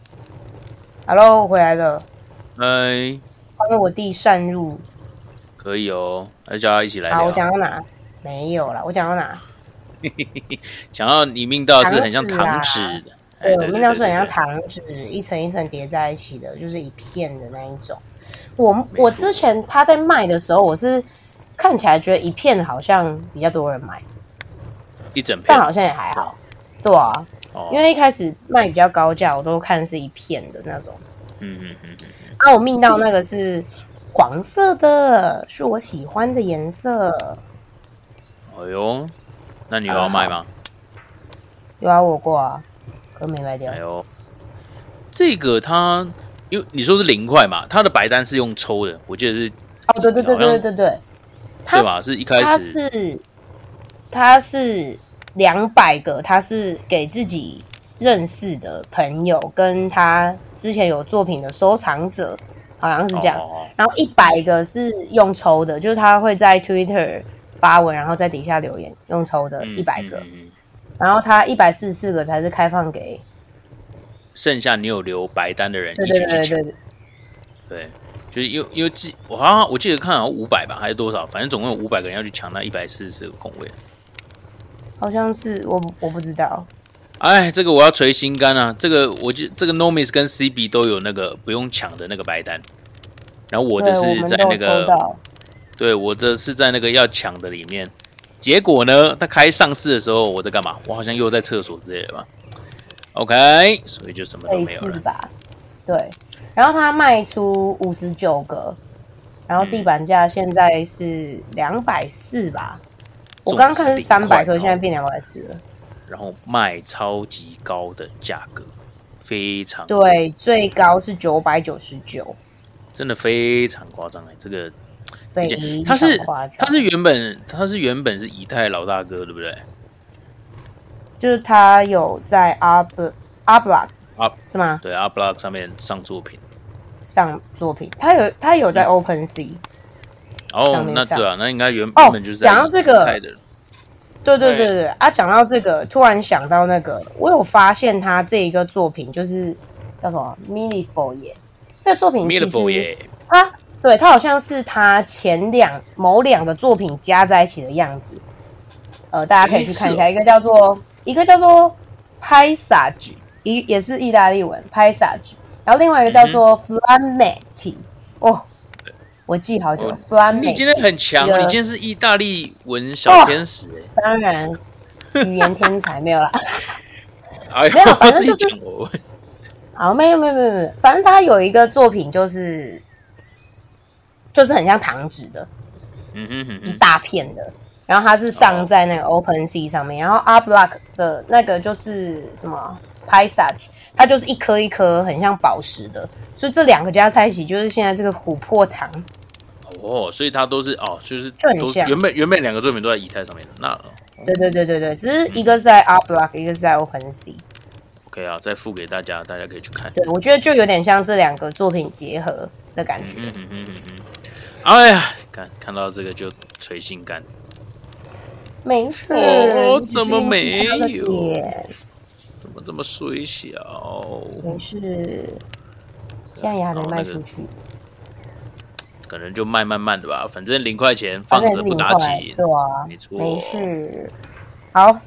，Hello，我回来了， 哎， 欢迎我弟擅入。 可以哦，那叫他一起来聊。 好，我讲到哪？没有啦，我讲到哪？ 想要你命到是很像糖纸的，哎对，我命到是很像对糖纸，一层一层叠在一起的，就是一片的那一种。我错我之前他在卖的时候，我是看起来觉得一片好像比较多人买， 一整片但好像也还好。对啊， 哦， 因为一开始卖比较高价，我都看是一片的那种。 嗯嗯嗯嗯， 啊，我命到那个是黄色的，是我喜欢的颜色。 哎呦，那你有要卖吗？ 有啊，我过啊，可没卖掉哎。呦，这个它因为你说是零块嘛，它的白单是用抽的，我记得是哦，对对对对对对对，它对吧？是一开它始是它是两百个，他是给自己认识的朋友，跟他之前有作品的收藏者，好像是这样。 哦然后一百个是用抽的，就是他会在 Twitter 发文，然后在底下留言，用抽的一百个。 嗯嗯嗯然后他一百四十四个才是开放给， 剩下你有留白单的人对对一起去抢对对对， 对，就是因为因为记我好像我记得看好像五百吧，还是多少？反正总共有五百个人要去抢那一百四十四个空位。 好像是我我不知道。 哎，这个我要捶心肝啊！这个我记这个 Nomis 跟 C B 都有那个不用抢的那个白单，然后我的对，我是们都有在那个抽到。 对我的是在那个要抢的里面。结果呢，他开上市的时候我在干嘛？我好像又在厕所之类的吧。OK， 所以就什么都类没有了。 似吧，对。然后它卖出五十九个，然后地板价现在是两百四吧。我刚刚看是三百颗，现在变两百四了。 然后卖超级高的价格，非常对，最高是九百九十九。 真的非常夸张哎！这个非他是常夸张。 他是原本他是原本是以太老大哥，对不对？ 就是他有在阿布阿布拉啊， 是吗？ 对，阿布拉上面上作品。 上作品，他有他有在 OpenSea。 哦，那对啊，那应该原哦原本就是在讲到这个以太的。 对对对对啊！讲到这个，突然想到那个，我有发现他这一个作品就是叫什么 Meaningful 耶。这个作品其实他对他好像是他前两某两个作品加在一起的样子。呃，大家可以去看一下， 哦、 一个叫做一个叫做 Paisage， 一也是意大利文 Paisage， 然后另外一个叫做 Flametti、嗯。哦，我记好久了。 哦、Flametti， 你今天很强，你今天是意大利文小天使、欸哦、当然，语言天才没有啦。 哎、 没有，反正就是好，没有没有没有没有，反正他有一个作品就是就是很像糖纸的， 嗯哼哼哼， 一大片的。然后它是上在那个 OpenSea 上面，然后 Arblock 的那个就是什么 Paisage， 它就是一颗一颗很像宝石的，所以这两个加在一起就是现在这个琥珀糖。 哦，所以它都是哦，就是就很像原本原本两个作品都在以太上面的，那、哦、 对对对对对，只是一个是在 Arblock， 一个是在 OpenSea。OK 啊，再附给大家，大家可以去看。 对，我觉得就有点像这两个作品结合的感觉。 嗯嗯嗯嗯嗯。哎呀，看看到这个就捶心肝。 没事， 哦，怎么没有？怎么这么衰小？ 没事，现在也还没卖出去， 可能就卖慢慢的吧，反正零块钱放着不打紧， 对啊， 没错， 没事。好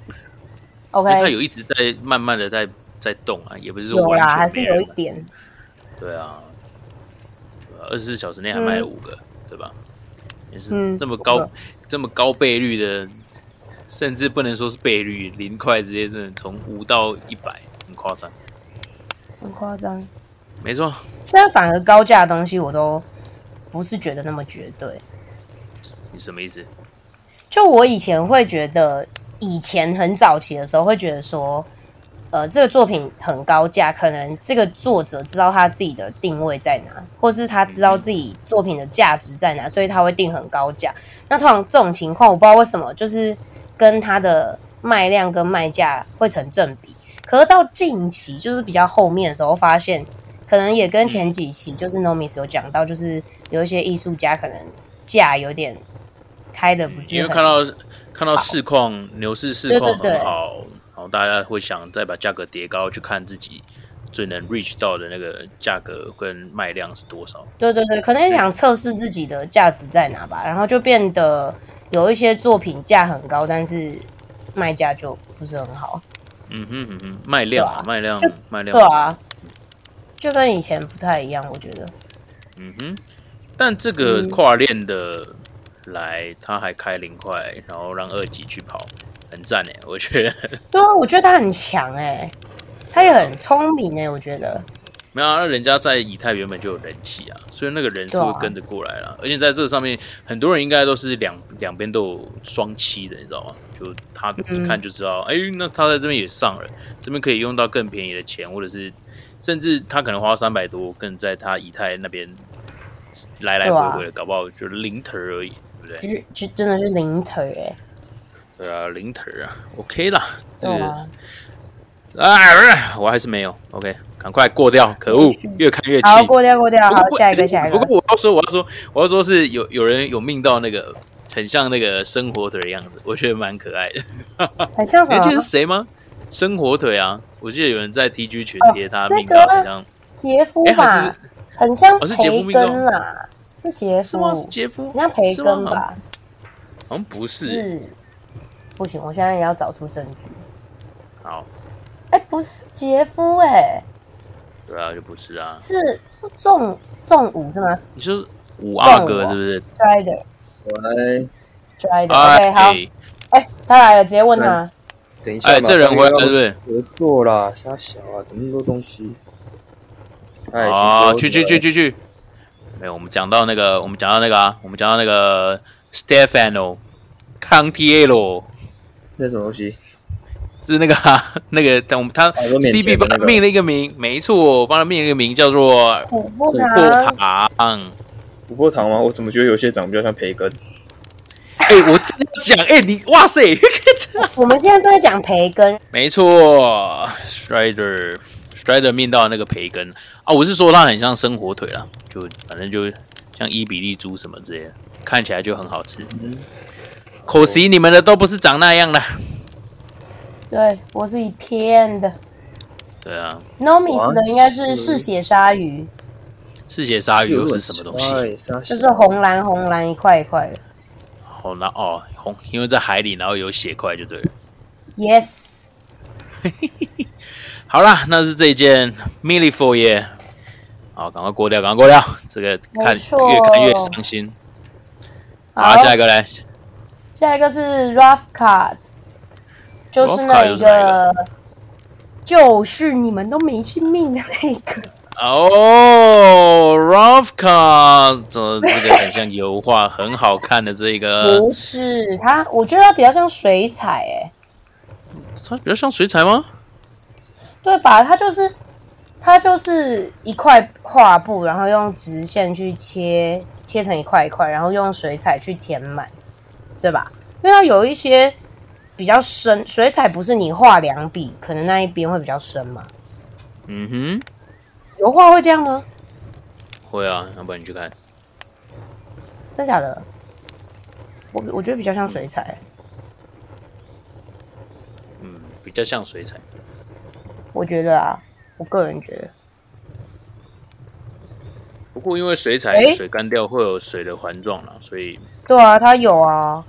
，OK， 它有一直在慢慢的在在动啊，也不是说有啦，还是有一点。 点。 对啊，二十四小时内还卖了五个，嗯、对吧？也是这么高、嗯、这么高倍率的。甚至不能说是倍率，零块直接真的从五到一百，很夸张， 很夸张， 没错。 现在反而高价的东西我都不是觉得那么绝对。 你什么意思？ 就我以前会觉得，以前很早期的时候会觉得说，呃，这个作品很高价，可能这个作者知道他自己的定位在哪，或是他知道自己作品的价值在哪，所以他会定很高价。那通常这种情况，我不知道为什么，就是跟它的卖量跟卖价会成正比，可是到近期就是比较后面的时候，发现可能也跟前几期就是 Nomis 有讲到，就是有一些艺术家可能价有点开的不是很， 因为看到看到市况牛市市况很好，然后大家会想再把价格叠高，去看自己最能 reach 到的那个价格跟卖量是多少。 对对对，可能也想测试自己的价值在哪吧，然后就变得。有一些作品价很高，但是卖价就不是很好。 嗯哼嗯哼，卖量、啊、卖量卖量， 对啊，就跟以前不太一样，我觉得。 嗯哼，但这个跨链的来，他还开零块，然后让二级去跑，很赞哎，我觉得。 对啊，我觉得他很强哎，他也很聪明哎，我觉得。 没有啊，那人家在以太原本就有人气啊，所以那个人是会跟着过来啦。啊、而且在这上面，很多人应该都是两两边都有双七的，你知道吗？就他一看就知道，哎、嗯欸，那他在这边也上了，这边可以用到更便宜的钱，或者是甚至他可能花三百多，跟在他以太那边来来回回的，啊、搞不好就是零头而已，对不对？ 就是就真的是零头哎。 对啊，零头啊 ，OK 啦，这个。 啊啊，我还是没有 OK， 赶快过掉，可恶，越看越气。 好，过掉过掉，好，下一个下一个。 不过我要说，我要说，我要说是有有人有命到那个很像那个生火腿的样子，我觉得蛮可爱的。 很像什么？ 你记得是谁吗？生火腿啊，我记得有人在 T G 群贴他命到很像杰夫吧，很像培根啦，是杰夫吗？是杰夫， 很像培根吧？ 好像不是， 是不行，我现在也要找出证据。 好。 哎，不是杰夫哎、欸， 对啊，就不是啊， 是是仲仲武是吗？ 你说五阿哥是不是 ？Strider， 喂 ，Strider，OK， 好，哎，他来了，直接问他。 等一下， 哎，这人回来是不是？ 合作啦，傻小啊，怎么那么多东西？ 哎，啊，去去去去去，没有，我们讲到那个，我们讲到那个啊，我们讲到那个 Stefano Cantiello， 那什么东西？ 是那个、啊、那个，等我们他 C B 帮他命了一个名，没错，帮他命了一个名叫做琥珀糖。 琥珀糖吗？我怎么觉得有些长得比较像培根？ 哎、欸，我真的讲，哎、欸，你哇塞！ 我们现在正在讲培根， 没错 ，Strider Strider 命到的那个培根啊，我是说它很像生火腿啦，就反正就像伊比利猪什么之类的，看起来就很好吃。嗯、可惜你们的都不是长那样的。 对，我是一片的。 对啊 ，Nomis 的应该是嗜血鲨鱼。 嗜血鲨鱼又是什么东西？ 就是红蓝红蓝一块一块的。 红蓝哦，红，因为在海里，然后有血块就对了。 Yes 。 好啦，那是这一件 Millifo 耶。好，赶快过掉，赶快过掉。这个看越看越伤心。好，下一个嘞。 下一个是 Rough Cut， 就是那一个，就是你们都没去命的那个。 哦、oh, ，Rough Cut， 这这个很像油画，很好看的这个。 不是它，我觉得它比较像水彩，哎， 它比较像水彩吗？ 对吧？它就是它就是一块画布，然后用直线去切切成一块一块，然后用水彩去填满，对吧？因为它有一些比较深，水彩不是你画两笔，可能那一边会比较深嘛。 嗯哼。 油画会这样吗？ 会啊，要不然你去看。 真的假的？我我觉得比较像水彩。 嗯，比较像水彩。 我觉得啊，我个人觉得。 不过因为水彩水干掉会有水的环状啦，所以。 对啊，它有啊。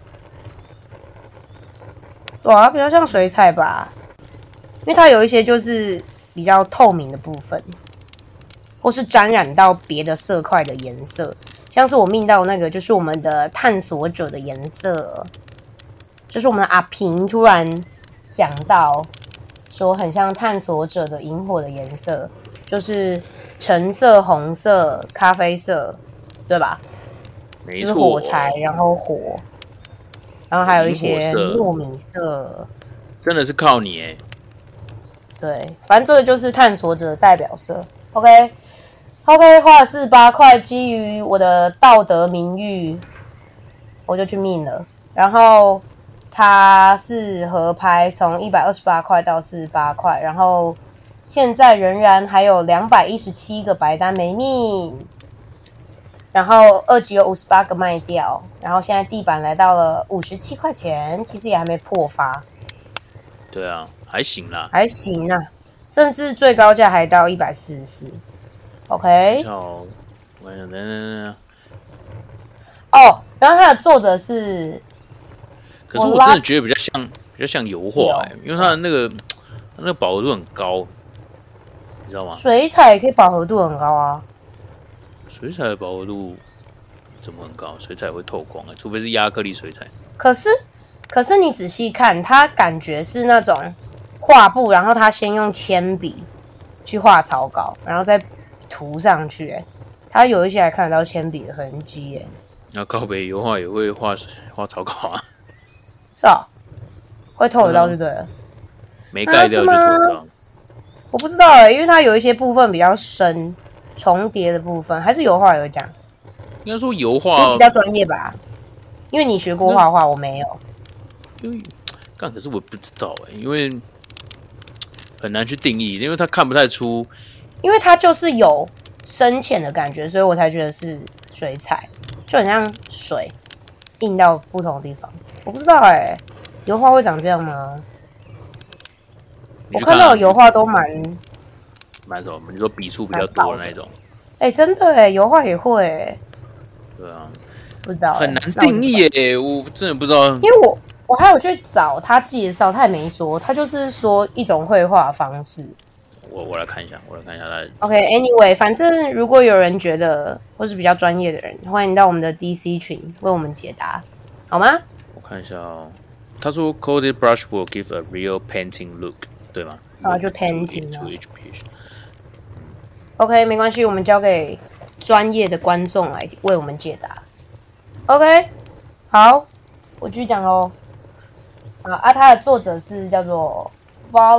对啊，它比较像水彩吧，因为它有一些就是比较透明的部分。或是沾染到别的色块的颜色，像是我命到那个，就是我们的探索者的颜色，就是我们的阿平突然讲到说很像探索者的萤火的颜色，就是橙色、红色、咖啡色，对吧？ 没错， 就是火柴，然后火，然后还有一些糯米色， 真的是靠你哎。 对，反正这个就是探索者的代表色。OK。OK， 画四八块，基于我的道德名誉，我就去命了。然后它是合拍，从一百二十八块到四十八块，然后现在仍然还有两百一十七个白单没命，然后二级有五十八个卖掉，然后现在地板来到了五十七块钱，其实也还没破发。 对啊，还行啦， 还行啊，甚至最高价还到一百四十四。OK， 哦， 哦，然后它的作者是， 可是我真的觉得比较像，比较像油画、欸，因为它的那个它那个饱和度很高，你知道吗？ 水彩也可以饱和度很高啊。 水彩的饱和度怎么很高？水彩会透光、欸，除非是亚克力水彩。 可是，可是你仔细看，它感觉是那种画布，然后它先用铅笔去画草稿，然后再涂上去、欸，它有一些还看得到铅笔的痕迹、欸， 那靠北油画也会画画草稿啊？ 是啊、哦，会透得到就对了， 没盖掉就透得到。 我不知道哎、欸，因为它有一些部分比较深，重叠的部分，还是油画也会这样。 应该说油画你比较专业吧，因为你学过画画，我没有。 因为干，可是我不知道哎、欸，因为很难去定义，因为它看不太出。 因为它就是有深浅的感觉，所以我才觉得是水彩，就很像水印到不同的地方。我不知道哎、欸，油画会长这样吗？ 看啊、 我看到的油画都蛮蛮什么？你说笔触比较多的那种？ 哎、欸，真的哎、欸，油画也会哎、欸。 对啊， 不知道、欸、 很难定义哎、欸，我真的不知道。 因为我我还有去找他介绍，他也没说，他就是说一种绘画方式。 我我来看一下，我来看一下他。 OK，Anyway，、okay, 反正如果有人觉得或是比较专业的人，欢迎到我们的 D C 群为我们解答，好吗？ 我看一下哦，他说 Coated brush will give a real painting look， 对吗？ 啊，就 painting 啊。 OK， 没关系，我们交给专业的观众来为我们解答。OK， 好，我继续讲喽。啊，啊，它的作者是叫做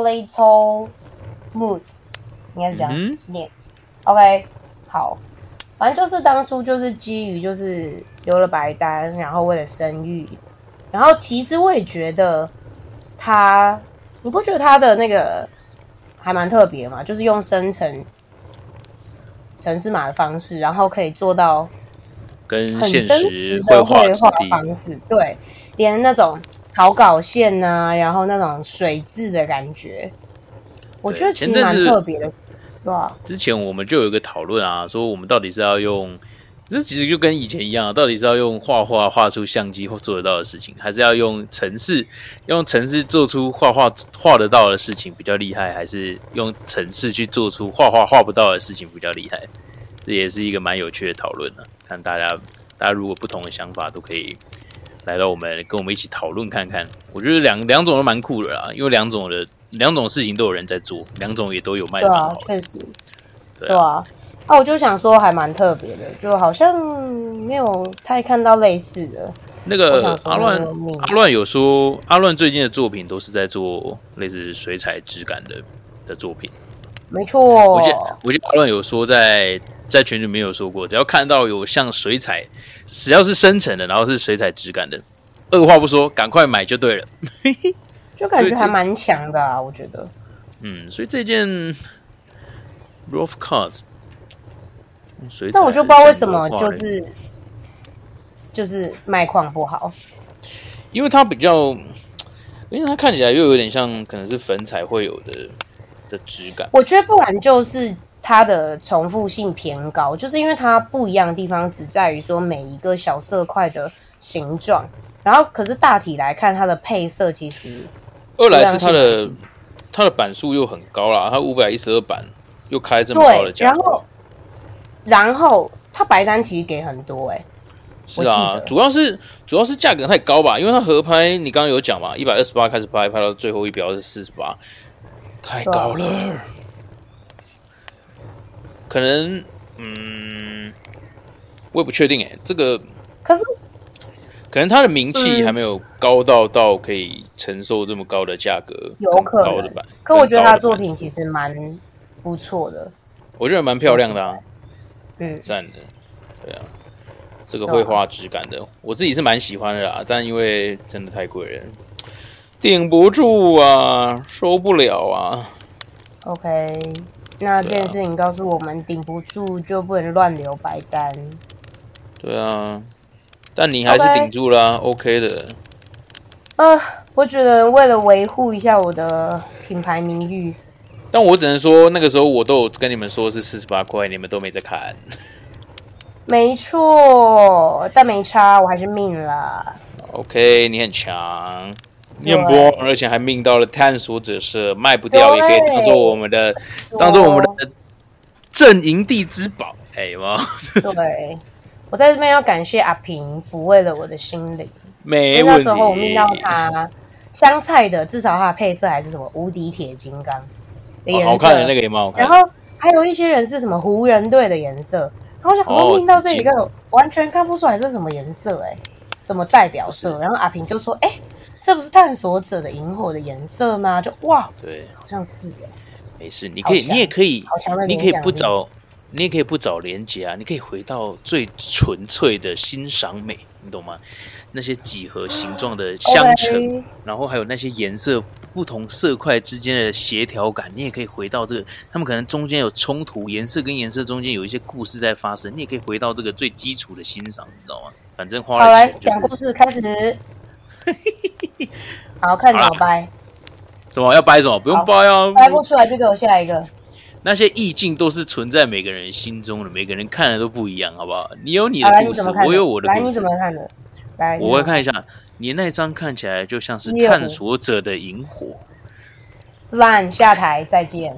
Volatile Mousse， 应该是这样念。嗯、OK， 好， 反正就是当初就是基于就是留了白丹，然后为了生育，然后其实我也觉得他，你不觉得他的那个还蛮特别嘛？就是用生成程式码的方式，然后可以做到很跟现真实实的绘画质地方式，对，连那种草稿线啊，然后那种水渍的感觉，我觉得其实蛮特别的，对吧？ 之前我们就有一个讨论啊，说我们到底是要用，这其实就跟以前一样，到底是要用画画画出相机或做得到的事情，还是要用程式用程式做出画画画得到的事情比较厉害，还是用程式去做出画画画不到的事情比较厉害？这也是一个蛮有趣的讨论啊。看大家，大家如果不同的想法，都可以来到我们跟我们一起讨论看看。我觉得两两种都蛮酷的啦，因为两种的两种事情都有人在做，两种也都有卖的蛮好的。 对啊，确实， 对啊。 对啊，那、啊、我就想说还蛮特别的，就好像没有太看到类似的。 那个阿乱，阿乱有说，阿乱最近的作品都是在做类似水彩质感的的作品。 没错， 我记得我记得阿乱有说在在群里面有说过，只要看到有像水彩，只要是生成的，然后是水彩质感的，二话不说，赶快买就对了。 就感觉还蛮强的啊，我觉得。 嗯，所以这件 Rough Cut。 但我就不知道为什么就是就是卖况不好， 因为它比较，因为它看起来又有点像可能是粉彩会有的的质感。 我觉得不然就是它的重复性偏高，就是因为它不一样的地方只在于说每一个小色块的形状，然后可是大体来看它的配色其实二来是它的它的版数又很高啦，它五百一十二版又开这么高的价格， 然后。然后它白单其实给很多哎、欸， 是啊，主要是主要是价格太高吧，因为它合拍你刚刚有讲嘛，一百二十八开始拍，拍到最后一标是四十八，太高了。可能嗯，我也不确定哎、欸，这个可是可能它的名气还没有高到到可以承受这么高的价格， 有可能。可我觉得他的作品其实蛮不错的， 我觉得蛮漂亮的啊。 嗯， 赞的，对啊，这个绘画质感的，我自己是蛮喜欢的啦，但因为真的太贵了，顶不住啊，受不了啊。 OK， 那这件事情告诉我们，顶不住就不能乱留白单。 对啊，但你还是顶住啦 ，OK, OK 的。 呃，我觉得为了维护一下我的品牌名誉。 但我只能说，那个时候我都有跟你们说是四十八块，你们都没在看。 没错，但没差，我还是命了。 OK， 你很强，你很棒，而且还命到了探索者社，卖不掉也可以当做我们的，当做我们的镇营地之宝。哎，有没有？ 对，我在这边要感谢阿平抚慰了我的心灵。 没问题。 那时候我命到他香菜的，至少它的配色还是什么无敌铁金刚。 哦、好看的那个也蛮好看的， 然后还有一些人是什么湖人队的颜色，然后我想说命到这一个、哦、完全看不出来这是什么颜色哎、欸，什么代表色？然后阿平就说：“哎、欸，这不是探索者的萤火的颜色吗？”就哇， 对， 好像是哎、欸。 没事，你可以，你也可以， 好强的， 你可以不找，你也可以不找连结啊，你可以回到最纯粹的欣赏美，你懂吗？那些几何形状的相乘， okay. 然后还有那些颜色不同色块之间的协调感，你也可以回到这个，他们可能中间有冲突，颜色跟颜色中间有一些故事在发生，你也可以回到这个最基础的欣赏，你知道吗？反正花了钱、就是、 好，来讲故事开始。好，看怎么掰？ 什么要掰什么？不用掰啊， 掰不出来就给我下一个。 那些意境都是存在每个人心中的，每个人看的都不一样，好不好？你有你的故事，我有我的故事。 来，你怎么看的？来， 我会看一下，你那张看起来就像是探索者的萤火。 烂，下台，再见。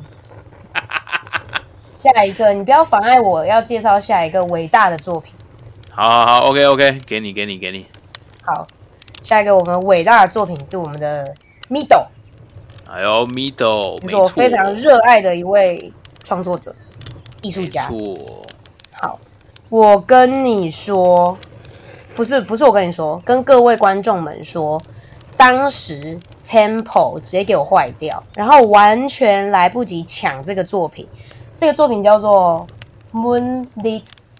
下一个，你不要妨碍我要介绍下一个伟大的作品。 好好好 ，OK OK， 给你给你给你。 好，下一个我们伟大的作品是我们的 Mido。 哎呦 ，Mido， 是我非常热爱的一位创作者、艺术家。 没错。 好，我跟你说。不是不是，我跟你说，跟各位观众们说，当时 Tempo 直接给我坏掉，然后完全来不及抢这个作品。这个作品叫做 Moonlit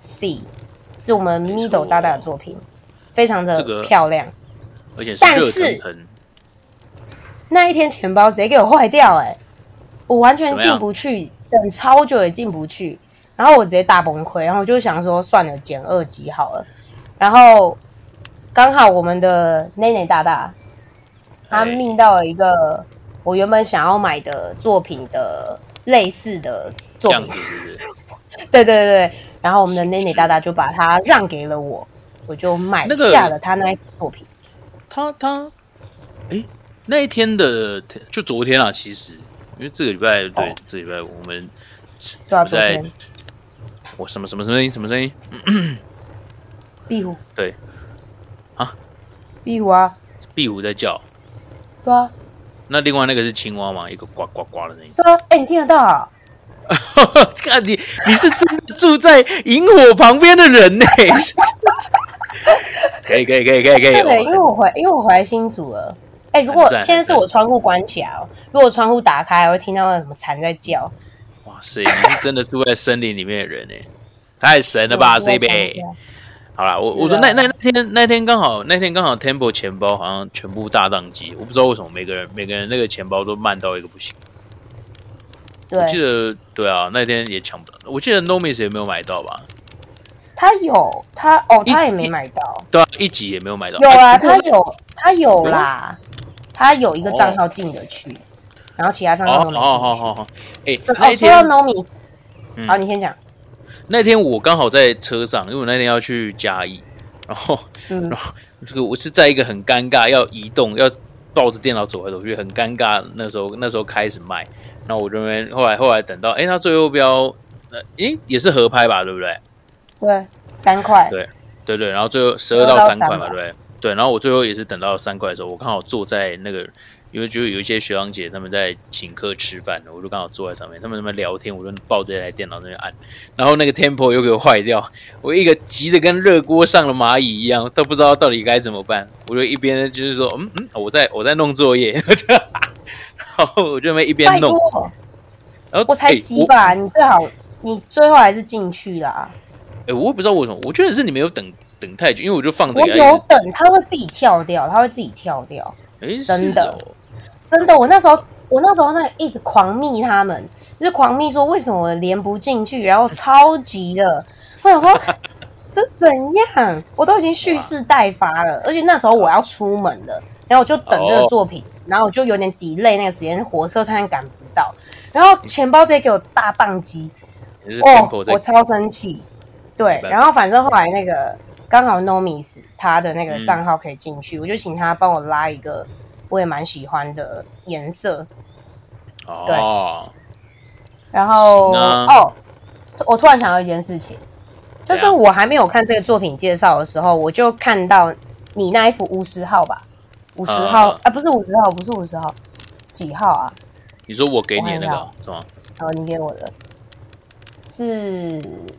C， 是我们 Middle 大大的作品，非常的漂亮， 这个、而且是但是那一天钱包直接给我坏掉、欸，哎，我完全进不去，等超久也进不去，然后我直接大崩溃，然后我就想说算了，减二级好了，然后刚好我们的内内大大，他命到了一个我原本想要买的作品的类似的作品， 是对对对对，然后我们的内内大大就把它让给了我，我就买下了他那一作品。 他他，哎，那一天的就昨天啊，其实因为这个礼拜对、哦、这个礼拜我们对啊，昨天我什么什么声音什么声音？ 壁虎对啊， 壁虎啊， 壁虎在叫。 对啊， 那另外那个是青蛙吗？一个呱呱呱的声音。 对啊，哎、欸，你听得到啊？ 看你，你是真的住在萤火旁边的人呢、欸。可以可以可以可以可以。 对，因为我回因为我回来新竹了。哎、欸，如果现在是我窗户关起来哦，如果窗户打开，我会听到那什么蝉在叫。 哇塞，你是真的住在森林里面的人呢、欸，太神了吧 ，C 贝。好啦，我我说那那那天那天刚好那天刚好 Temple 钱包好像全部大宕机，我不知道为什么每个人每个人那个钱包都慢到一个不行。我记得对啊，那天也抢不到。我记得 Nomis 也没有买到吧？ 他有他哦，他也没买到。 对啊，一集也没有买到。 有啊，他有他有啦，他有一个账号进得去，哦、然后其他账号都没进去。 哦好好好，哎， 哦，说到 Nomis， 好，你先讲。 那天我刚好在车上，因为我那天要去嘉义，然后，嗯、然后这个我是在一个很尴尬要移动，要抱着电脑走来走去，很尴尬。那时候那时候开始卖，然后我这边后来后来等到，哎，他最后标，呃，哎也是合拍吧，对不对？ 对，三块。 对对对，然后最后十二到三块嘛，对不对？对，然后我最后也是等到三块的时候，我刚好坐在那个。因为就有一些学长姐他们在请客吃饭，我就刚好坐在上面，他们在那边聊天，我就抱着这台电脑在那边按，然后那个 tempo 又给我坏掉，我一个急得跟热锅上了蚂蚁一样，都不知道到底该怎么办，我就一边就是说，嗯嗯，我在我在弄作业，然后我就那一边弄， 然后我才急吧，欸、你最好你最后还是进去啦。 哎、欸，我也不知道为什么，我觉得是你没有等等太久，因为我就放着。 我有等，它会自己跳掉，它会自己跳掉， 欸、 真的。真的，我那时候我那时候那个一直狂密他们，就是狂密说为什么我连不进去，然后超级的，我想说这怎样？我都已经蓄势待发了，而且那时候我要出门了，然后我就等这个作品，哦、然后我就有点 delay 那个时间，火车差点赶不到，然后钱包直接给我大宕机，哦，我超生气。对，然后反正后来那个刚好 Nomis 他的那个账号可以进去，嗯、我就请他帮我拉一个。我也蛮喜欢的颜色， 哦， 对，然后哦，我突然想到一件事情，就是我还没有看这个作品介绍的时候，我就看到你那一幅五十号吧，五十号啊，不是五十号，不是五十号，几号啊？ 你说我给你的那个是吗？ 哦，你给我的是，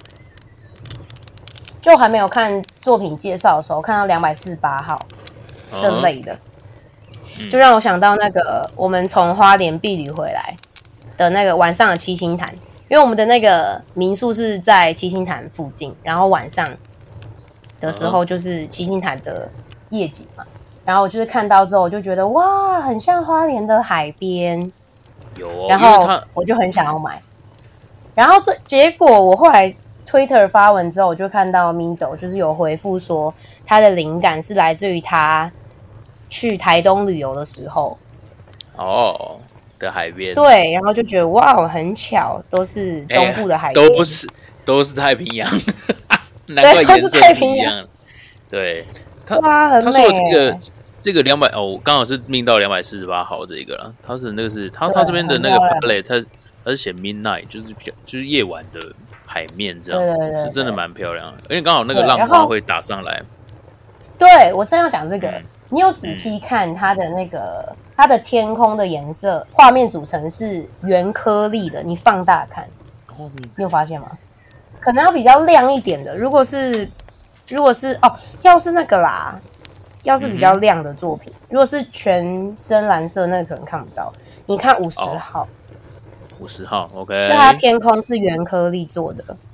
就还没有看作品介绍的时候，看到两百四十八号这类的。就让我想到那个我们从花莲避旅回来的那个晚上的七星潭，因为我们的那个民宿是在七星潭附近，然后晚上的时候就是七星潭的夜景嘛，然后我就是看到之后我就觉得哇，很像花莲的海边， 有、哦， 然后我就很想要买，然后这结果我后来 Twitter 发文之后，我就看到 Middle 就是有回复说他的灵感是来自于他去台东旅游的时候， 哦的海边， 对，然后就觉得哇，很巧，都是东部的海边， 欸、都是都是太平洋，难怪颜色是一样。对，他哇，很美。 他说这个这个两百哦，刚好是命到两百四十八号这个了。他是那个是他他这边的那个 palette， 他他是写 midnight， 就是比较就是夜晚的海面这样， 对对对对， 是真的蛮漂亮的。因为刚好那个浪花会打上来。 对，我正要讲这个。 嗯你有仔细看它的那个它的天空的颜色，画面组成是圆颗粒的，你放大看，你有发现吗？可能要比较亮一点的。如果是如果是哦，要是那个啦，要是比较亮的作品，嗯、如果是全深蓝色，那个可能看不到。你看五十号， 五十号 ，OK， 就它天空是圆颗粒做的，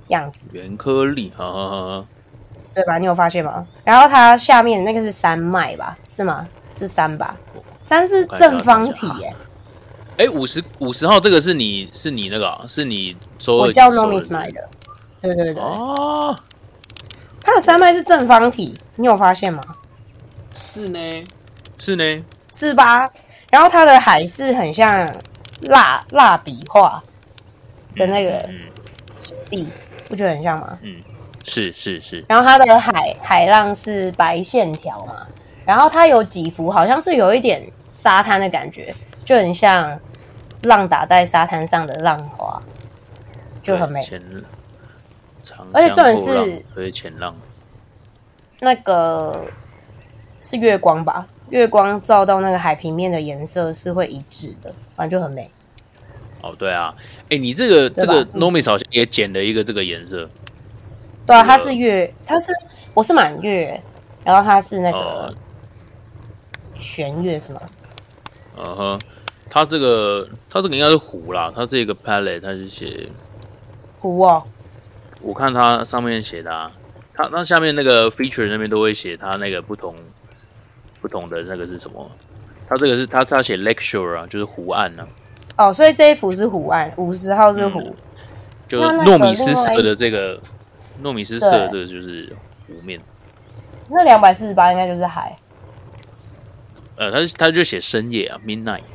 样子， 圆颗粒，哈哈哈， 对吧？你有发现吗？然后它下面那个是山脉吧？是吗？是山吧？山是正方体耶、 欸。哎，五十五十号这个是你是你那个、啊、是你收我叫 Nomis 买的，对对对。哦，它的山脉是正方体，你有发现吗？ 是呢，是呢， 是吧？然后它的海是很像蜡蜡笔画的那个地，不觉得很像吗？ 嗯，是是是。 然后它的海海浪是白线条嘛，然后它有几幅好像是有一点沙滩的感觉，就很像浪打在沙滩上的浪花，就很美。而且重点是， 所以前浪那个是月光吧？月光照到那个海平面的颜色是会一致的，反正就很美。 哦，对啊，哎，你这个这个 Nomis 好像也剪了一个这个颜色。 对啊，它是月，它是我是满月，然后它是那个弦月是吗？ 嗯哼，它这个它这个应该是湖啦，它这个 palette 它是写湖哦。 我看它上面写的啊，它它下面那个 feature 那边都会写它那个不同不同的那个是什么？它这个是它它写 lecture 啊，就是湖岸啊。 哦，所以这一幅是湖岸，五十号是湖， 嗯、就糯米丝色的这个糯米丝色的这个就是湖面。 那两百四十八应该就是海。 呃，它它就写深夜啊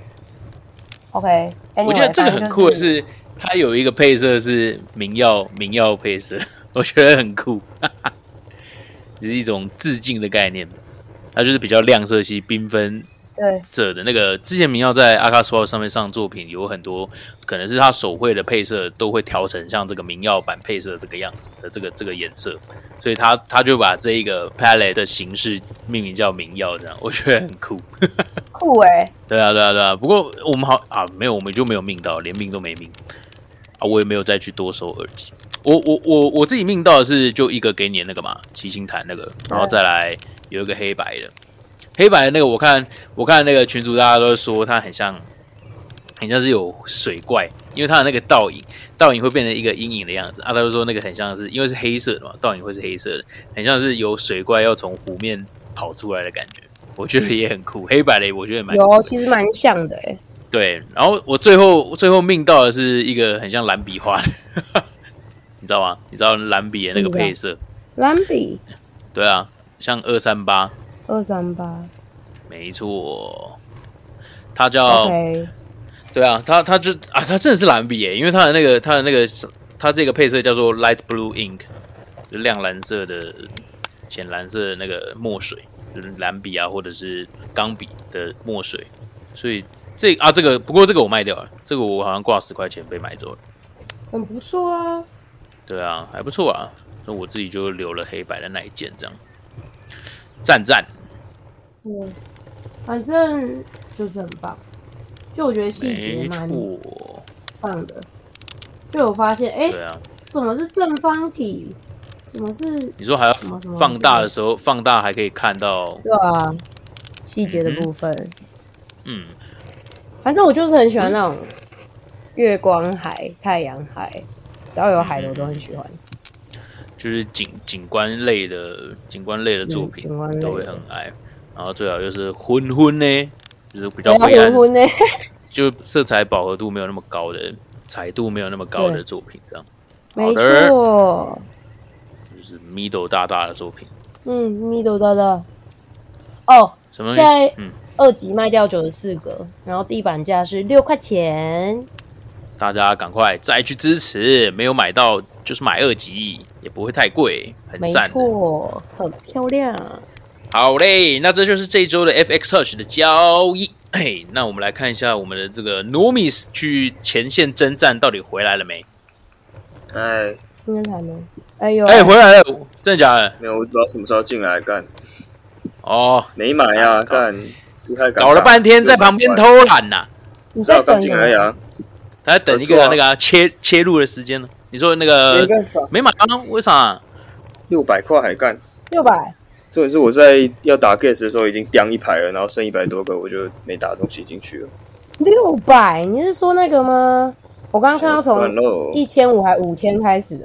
，midnight。OK， anyway, 我觉得这个很酷的是，它有一个配色是民谣民谣配色，我觉得很酷，只是一种致敬的概念。它就是比较亮色系、缤纷色的那个。之前民谣在阿卡斯瓦上面上作品有很多，可能是他手绘的配色都会调成像这个民谣版配色这个样子的这个这个颜色，所以他他就把这一个 palette 的形式命名叫民谣，这样我觉得很酷。 酷哎、欸！ 对啊对啊对啊，不过我们好啊，没有我们就没有命到，连命都没命啊，我也没有再去多收耳机。我我我我自己命到的是就一个给你的那个嘛，七星坛那个，然后再来有一个黑白的，黑白的那个我看我看那个群组大家都说它很像，很像是有水怪，因为它的那个倒影，倒影会变成一个阴影的样子啊。他就说那个很像是因为是黑色的嘛，倒影会是黑色的，很像是有水怪要从湖面跑出来的感觉。我觉得也很酷，黑白的我觉得蛮有，其实蛮像的哎。 对，然后我最后最后命到的是一个很像蓝笔画的，你知道吗？你知道蓝笔的那个配色？ 蓝笔？ 对啊，像二三八。 二三八。 没错，它叫。 Okay. 对啊，它它就啊，它真的是蓝笔耶，因为它的那个它的那个它这个配色叫做 light blue ink， 就亮蓝色的浅蓝色的那个墨水。就是蓝笔啊，或者是钢笔的墨水，所以这啊这个不过这个我卖掉了，这个我好像挂十块钱被买走了， 很不错啊。 对啊，还不错啊，所以我自己就留了黑白的那一件，这样赞赞。 嗯，反正就是很棒，就我觉得细节蛮棒的，就有发现哎，欸啊、什么是正方体？什么是？ 你说还要放大的时候，放大还可以看到。 对啊，细节的部分。 嗯， 反正我就是很喜欢那种月光海、太阳海，只要有海的我都很喜欢。 就是景景观类的景观类的作品，嗯、都会很爱。然后最好就是昏昏呢，就是比较灰暗， 昏昏呢， 就色彩饱和度没有那么高的，彩度没有那么高的作品，这样。 没错。 就是 middle 大大的作品， 嗯 ，middle 大大，哦，什么？现在二级卖掉九十四个，然后地板价是六块钱， 大家赶快再去支持，没有买到就是买二级，也不会太贵，很赞， 没错，很漂亮。 好嘞，那这就是这一周的 F X Touch 的交易。嘿，那我们来看一下我们的这个 Nomis 去前线征战到底回来了没？ 哎。 应该还没，哎呦， 哎、欸，回来了，真的假的？ 没有，我不知道什么时候进来干。 哦， 没买啊，干，不太敢。 搞了半天在旁边偷懒呐、啊。 你在等进来呀？ 他在等一个那个、啊、切切入的时间呢。你说那个没买啊？为啥？ 六百块还干？ 六百。 重点是我在要打 gas 的时候已经掉一排了，然后剩一百多个，我就没打东西进去了。 六百？你是说那个吗？我刚刚看到从一千五还五千开始的，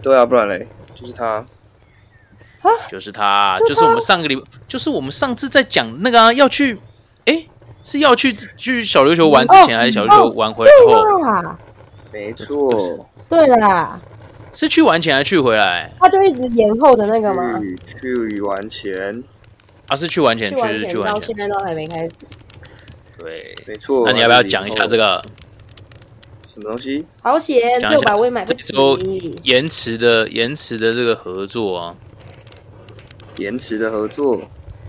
对啊，不然嘞，就是他。 就是他，就是我们上个礼拜，就是我们上次在讲那个、啊、要去，哎，是要去去小琉球玩之前，还是小琉球玩回来后？ 哦、 没错， 对啦， 是去玩前还是去回来？ 他就一直延后的那个吗？ 去去玩前， 啊，是去玩前， 去玩前到现在都还没开始。 对， 没错。 那你要不要讲一下这个？ 什么东西？ 好险，六百我也买不起。 这周延迟的延迟的这个合作啊。 延迟的合作，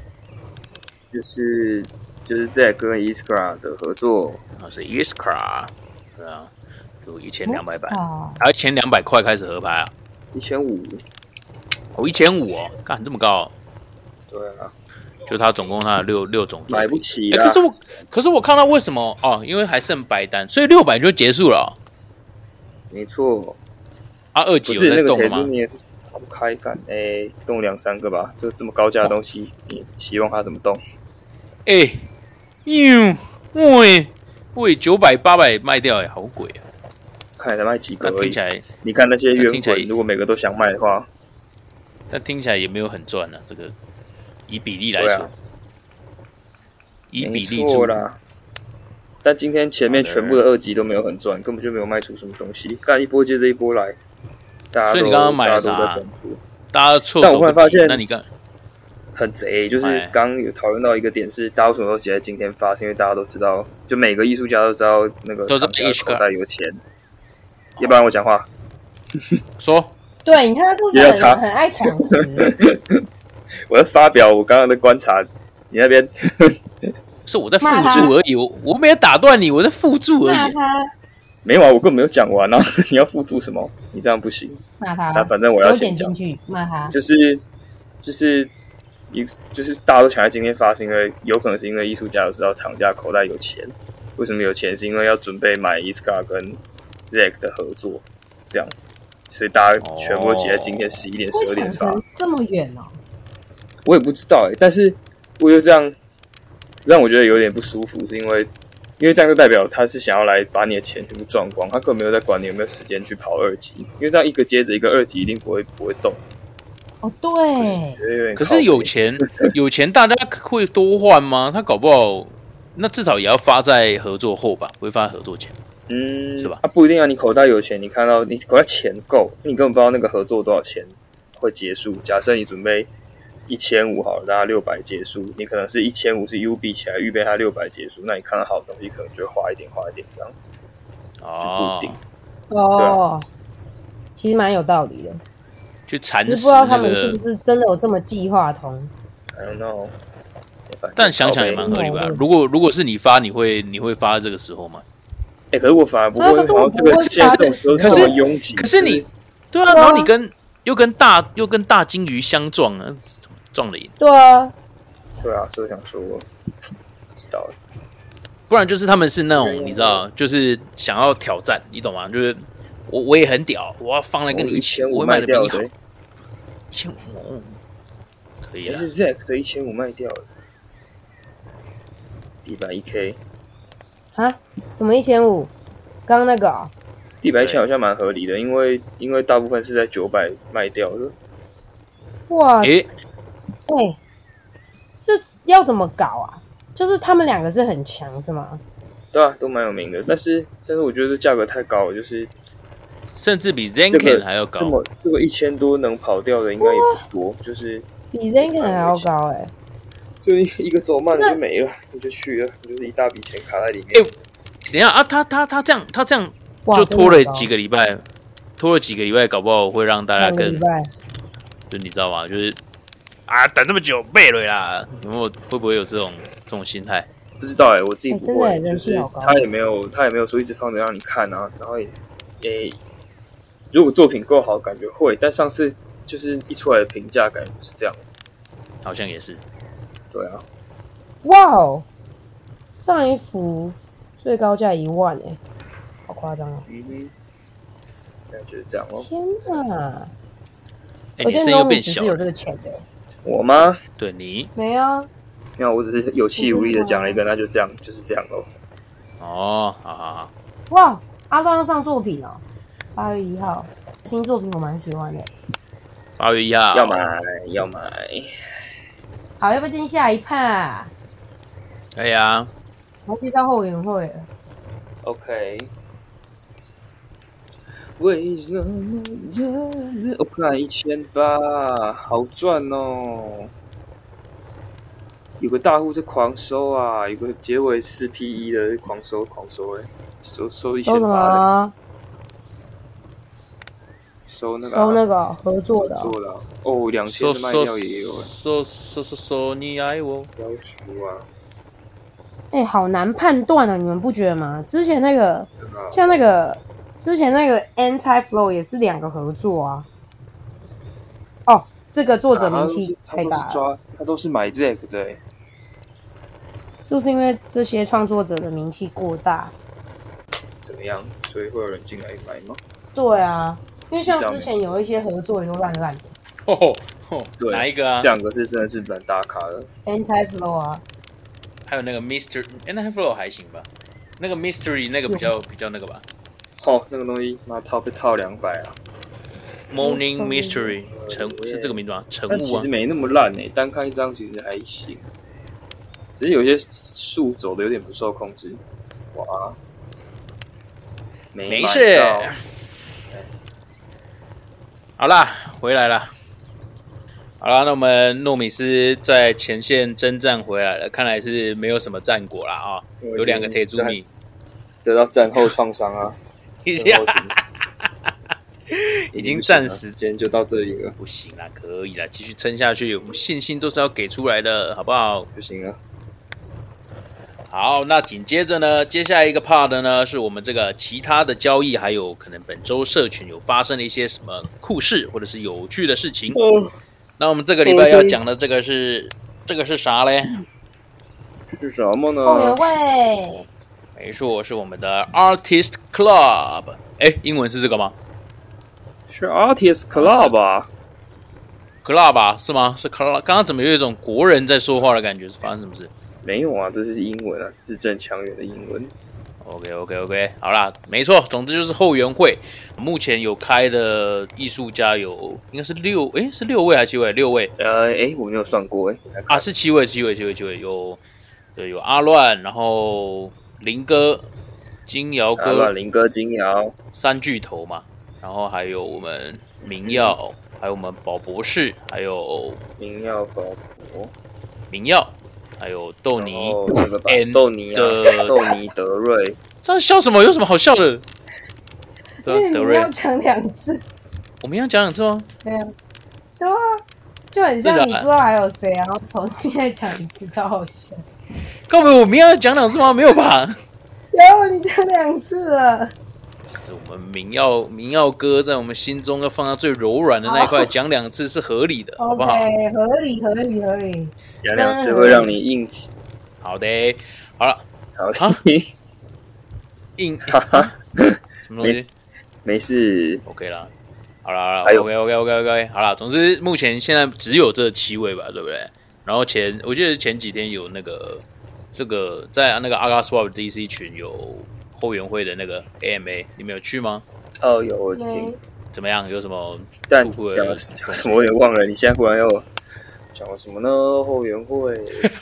就是就是 Zack 跟 Iskra 的合作， 啊是 Iskra， 对啊，有一千两百版，还一千两百块开始合拍啊， 一千五， 哦一千五哦，干这么高、哦， 对啊， 就他总共他的六六种买不起啦、 欸。可是我可是我看到为什么哦，因为还剩白单，所以六百就结束了、哦， 没错， 啊二级有在动了吗？ 开干哎、欸，动两三个吧，这这么高价的东西，你期望它怎么动？ 哎、欸，哟，喂喂，九百八百卖掉哎，好贵啊！ 看才卖几个而已。 听起来， 你看那些冤魂，如果每个都想卖的话， 但听起来也没有很赚啊。这个以比例来说，啊、以比例做啦。但今天前面全部的二级都没有很赚，根本就没有卖出什么东西，干一波接着一波来。 所以你刚刚买了啥？大家措手不及。 但我忽然发现， 那你刚很贼，就是刚有讨论到一个点是，大家为什么都挤在今天发？是因为大家都知道，就每个艺术家都知道那个厂家口袋有钱。要不然我讲话说， 对，你看他是不是很很爱抢词？ 我在发表我刚刚的观察，你那边是我在附注而已，我我没有打断你，我在附注而已。 没有啊，我根本没有讲完啊！你要附注什么？你这样不行。 骂他。 那反正我要先讲。进去骂他。 就是就是一就是大家都抢在今天发，是因为有可能是因为艺术家都知道厂家口袋有钱。为什么有钱？是因为要准备买 Iskra 跟 Zack 的合作，这样，所以大家全部都挤在今天十一点、十二点发。 这么远哦？ 我也不知道哎、欸，但是我就这样让我觉得有点不舒服，是因为。因为这样就代表他是想要来把你的钱全部赚光，他根本没有在管你有没有时间去跑二级，因为这样一个接着一个二级一定不会不会动。 哦，对。 可是有钱有钱，大家会多换吗？他搞不好，那至少也要发在合作后吧，不会发在合作前， 嗯， 是吧？ 他、啊、不一定啊，你口袋有钱，你看到你口袋钱够，你根本不知道那个合作多少钱会结束。假设你准备。一千五好了，让它六百结束。你可能是一千五是 U B 起来预备它六百结束，那你看到好的东西可能就会花一点花一点这样， 哦， 就固定。 哦，啊、其实蛮有道理的。 去蚕食、 那個，只是不知道他们是不是真的有这么计划通。 I don't know。 但想想也蛮合理吧。如果如果是你发，你会你会发这个时候吗？ 哎、欸，可是我反而不会。啊、可是我不会现在这种时候这么拥挤。 可是你，对啊，然后你跟又跟大又跟大金鱼相撞啊。撞了赢， 对啊， 对啊，所以想说，不知道， 不然就是他们是那种你知道，就是想要挑战，你懂吗？就是我我也很屌，我要放来跟你一起，我会卖的比你好，一千五，可以了。 是 Zack 的一千五卖掉了，一百一 K， 啊？什么一千五？刚刚那个、哦， 一百一千好像蛮合理的，因为因为大部分是在九百卖掉的。 哇， 诶、欸。 对，这要怎么搞啊？就是他们两个是很强，是吗？ 对啊，都蛮有名的，但是但是我觉得这价格太高了，就是甚至比 Zanken 还要高。 这么这个一千多能跑掉的应该也不多，就是比 Zanken 还要高哎、欸。 就一个走慢了就没了，你就去了，你就是一大笔钱卡在里面。 哎、欸，等一下啊，他他他这样他这样就拖了几个礼拜，拖了几个礼拜，搞不好会让大家更，就你知道吗？就是。啊，等这么久背了啦，有没有会不会有这种这种心态？ 不知道哎、欸，我自己不会， 欸、 就是他也没有他也没有说一直放着让你看啊，然后也诶、欸，如果作品够好，感觉会，但上次就是一出来的评价感觉是这样， 好像也是， 对啊， 哇哦，上一幅最高价一万哎、欸，好夸张哦， 嗯哼，感觉是这样哦， 天哪， 欸、 我觉得 Nomis 是有这个钱的。 我吗？ 对你没啊， 没有，我只是有气无力的讲了一个，那就这样，就是这样喽。 哦，好好好。 哇，阿刚要上作品哦，八月一号。 新作品我蛮喜欢的。 八月一号要买要买。 好，要不要进下一趴？ 哎呀， 我要介绍后援会了。 OK。为什么我看一千八，好赚哦！有个大户在狂收啊，有个结尾四 P 一的狂收狂收哎，收收一千收什八， 么？ 收那个、啊、 收那个合作的、哦。 合作的、啊、哦，两千的卖掉也有哎。 说说说说你爱我， 要输啊！ 哎、欸，好难判断啊，你们不觉得吗？之前那个，像那个。之前那个 Anti-Flow 也是两个合作啊。哦，这个作者名气太大了。 他都是买 Zack 的、欸， 是不是因为这些创作者的名气过大？ 怎么样？所以会有人进来买吗？ 对啊，因为像之前有一些合作也都烂烂的。 哦吼，对，哪一个啊？ 这两个是真的是蛮大咖的。 Anti-Flow 啊， 还有那个 Mister Anti-Flow 还行吧？那个 Mystery 那个比较比较那个吧。 哦，那个东西妈套被套两百啊 ！Morning Mystery 晨是这个名字吗？晨雾啊， 其实没那么烂诶、欸，单看一张其实还行，只是有些树走的有点不受控制。哇，没, 没事。好啦，回来了。好啦，那我们诺米斯在前线征战回来了，看来是没有什么战果啦啊，有两个铁珠米得到战后创伤啊。 已经暂时， 今天就到这里了。 不行啦，可以啦，继续撑下去。我们信心都是要给出来的，好不好？ 不行了。 好，那紧接着呢，接下来一个 part 呢，是我们这个其他的交易，还有可能本周社群有发生了一些什么酷事或者是有趣的事情。哦、那我们这个礼拜要讲的这个是、嗯、这个是啥嘞？ 是什么呢？ 后援会。 没错，是我们的 Artist Club。哎，英文是这个吗？ 是 Artist Club 啊 ，Club 啊，是吗？是 Club。刚刚怎么有一种国人在说话的感觉？是发生什么事？ 没有啊，这是英文啊，字正腔圆的英文。 OK OK OK， 好啦，没错，总之就是后援会目前有开的艺术家有应该是六，哎，是六位还是七位？六位。 呃，哎，我没有算过哎。 啊，是七位，七位，七位，七位，有对有阿乱，然后。林哥、金瑶哥、 林哥、金瑶三巨头嘛，然后还有我们明耀，嗯、还有我们宝博士，还有明耀、宝博、 明耀，还有豆泥， 那个豆泥啊，豆泥德瑞， 这样笑什么？有什么好笑的？ 因为你要讲两次， 我们要讲两次吗？ 对啊，对啊，就很像你不知道还有谁，然后重新再讲一次，超好笑。 告别我们要讲两次吗？没有吧？ 有，你讲两次了。 是我们明耀明耀哥在我们心中要放到最柔软的那一块，讲两次是合理的，好不好？ OK， 合理，合理，合理。 讲两次会让你硬气。 好的，好了， 好的， 硬什么东西？ 没事 ，OK 啦。好了，好了 ，OK OK OK OK， 好了。总之，目前现在只有这七位吧，对不对？然后前我记得前几天有那个这个在那个 Agaswap D C 群有后援会的那个 A M A， 你们有去吗？ 哦，有我听。 怎么样？有什么？ 但讲了讲什么我也忘了。你现在忽然又讲了什么呢？后援会。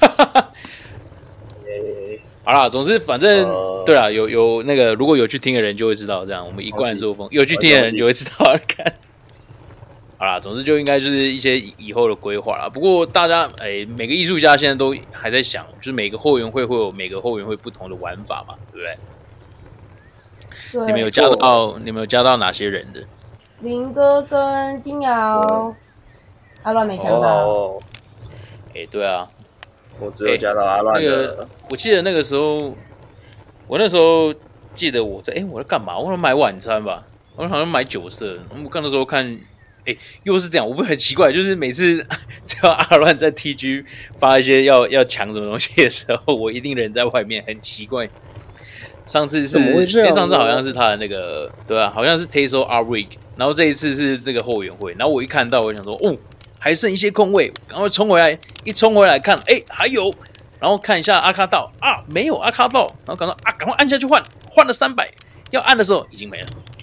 好啦，总之反正、呃、对啦，有有那个如果有去听的人就会知道，这样我们一贯作风，有去听的人就会知道。看，好啦，总之就应该就是一些以后的规划啦。不过大家哎，每个艺术家现在都还在想，就是每个后援会会有每个后援会不同的玩法嘛，对不对？ 对， 你们有加到你们有加到哪些人的？ 林哥跟金瑶，阿乱没抢到。 哦， 哎，对啊。 我只有加到阿乱的、欸那个。我记得那个时候，我那时候记得我在哎、欸，我在干嘛？我在买晚餐吧，我好像买酒色。我看那时候看，哎、欸，又是这样，我不很奇怪，就是每次只要阿乱在 T G 发一些要要抢什么东西的时候，我一定人在外面，很奇怪。上次是，因为上次好像是他的那个，对吧、啊？好像是 Taso Art Week， 然后这一次是那个后援会，然后我一看到，我就想说，哦。还剩一些空位，赶快冲回来！一冲回来看，哎、欸，还有，然后看一下阿卡道啊，没有阿卡道，然后赶快啊，赶快按下去换，换了三百，要按的时候已经没了。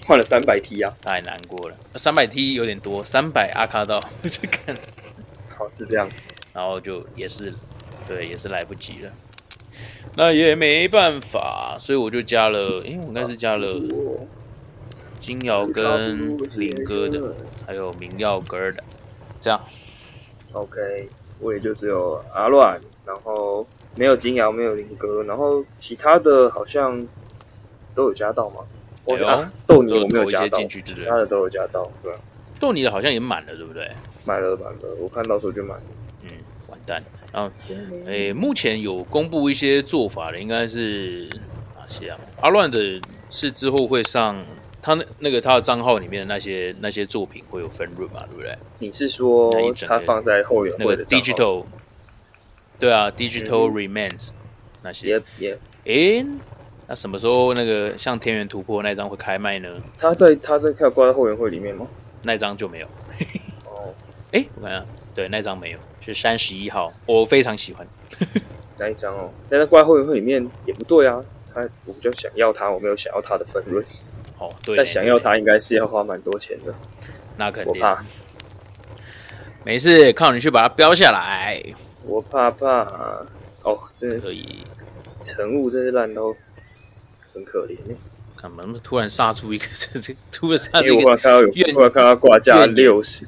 换了三百 T 啊， 太难过了。三百 T 有点多，三百阿卡道这看， 好是这样， 然后就也是对，也是来不及了。那也没办法，所以我就加了，诶，我应该是加了金瑶跟林哥的，还有明耀哥的，这样。 OK， 我也就只有阿乱，然后没有金瑶，没有林哥，然后其他的好像都有加到吗？我、 哎啊、豆泥我没有加到， 进去对不对？ 其他的都有加到，对、啊。 豆泥的好像也满了，对不对？ 买了买了，我看到时候就买了。 嗯，完蛋。然后，诶，目前有公布一些做法的，应该是哪些啊？阿乱的是之后会上他那那个他的账号里面的那些那些作品会有分润嘛，对不对？ 你是说他放在后援会的那个 digital？ 对啊 ，digital remains、嗯、那些。 也诶，那什么时候那个像天元突破那张会开卖呢？ 他在他在看挂在后援会里面吗？ 那张就没有。 哦， 哎，我看下，对，那张没有，是三十一号，我非常喜欢。 那一张哦，但是挂在后援会里面也不对啊，他我比较想要他，我没有想要他的分润。 哦，对， 但想要他应该是要花蛮多钱的。 那肯定。 我怕。 没事，靠你去把它标下来。 我怕怕。哦，真的可以。 晨雾真是烂到很可怜耶。 干嘛？突然杀出一个，这这突然杀出一个， 因为我忽然看到有，忽然看到挂价六十，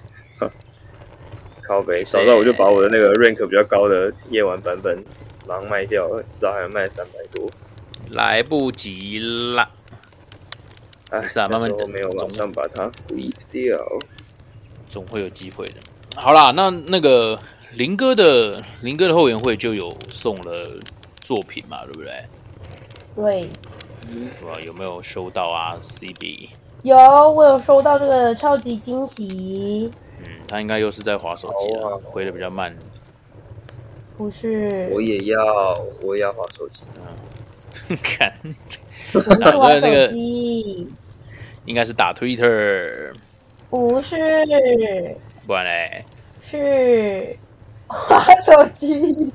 靠北，早知道我就把我的那个 rank 比较高的夜晚版本马上卖掉了，至少还能卖三百多。 来不及啦！ 哎， 是啊，慢慢等， 没有马上把它 flip 掉， 总会有机会的。好啦，那那个林哥的林哥的后援会就有送了作品嘛，对不对？ 对。 哇，有没有收到啊 ？C B 有，我有收到这个超级惊喜。 嗯，他应该又是在滑手机了，回的比较慢。 不是， 我也要，我也要滑手机。 嗯，看， 我是滑手机， 应该是打 Twitter。 不是， 不然嘞？ 是滑手机。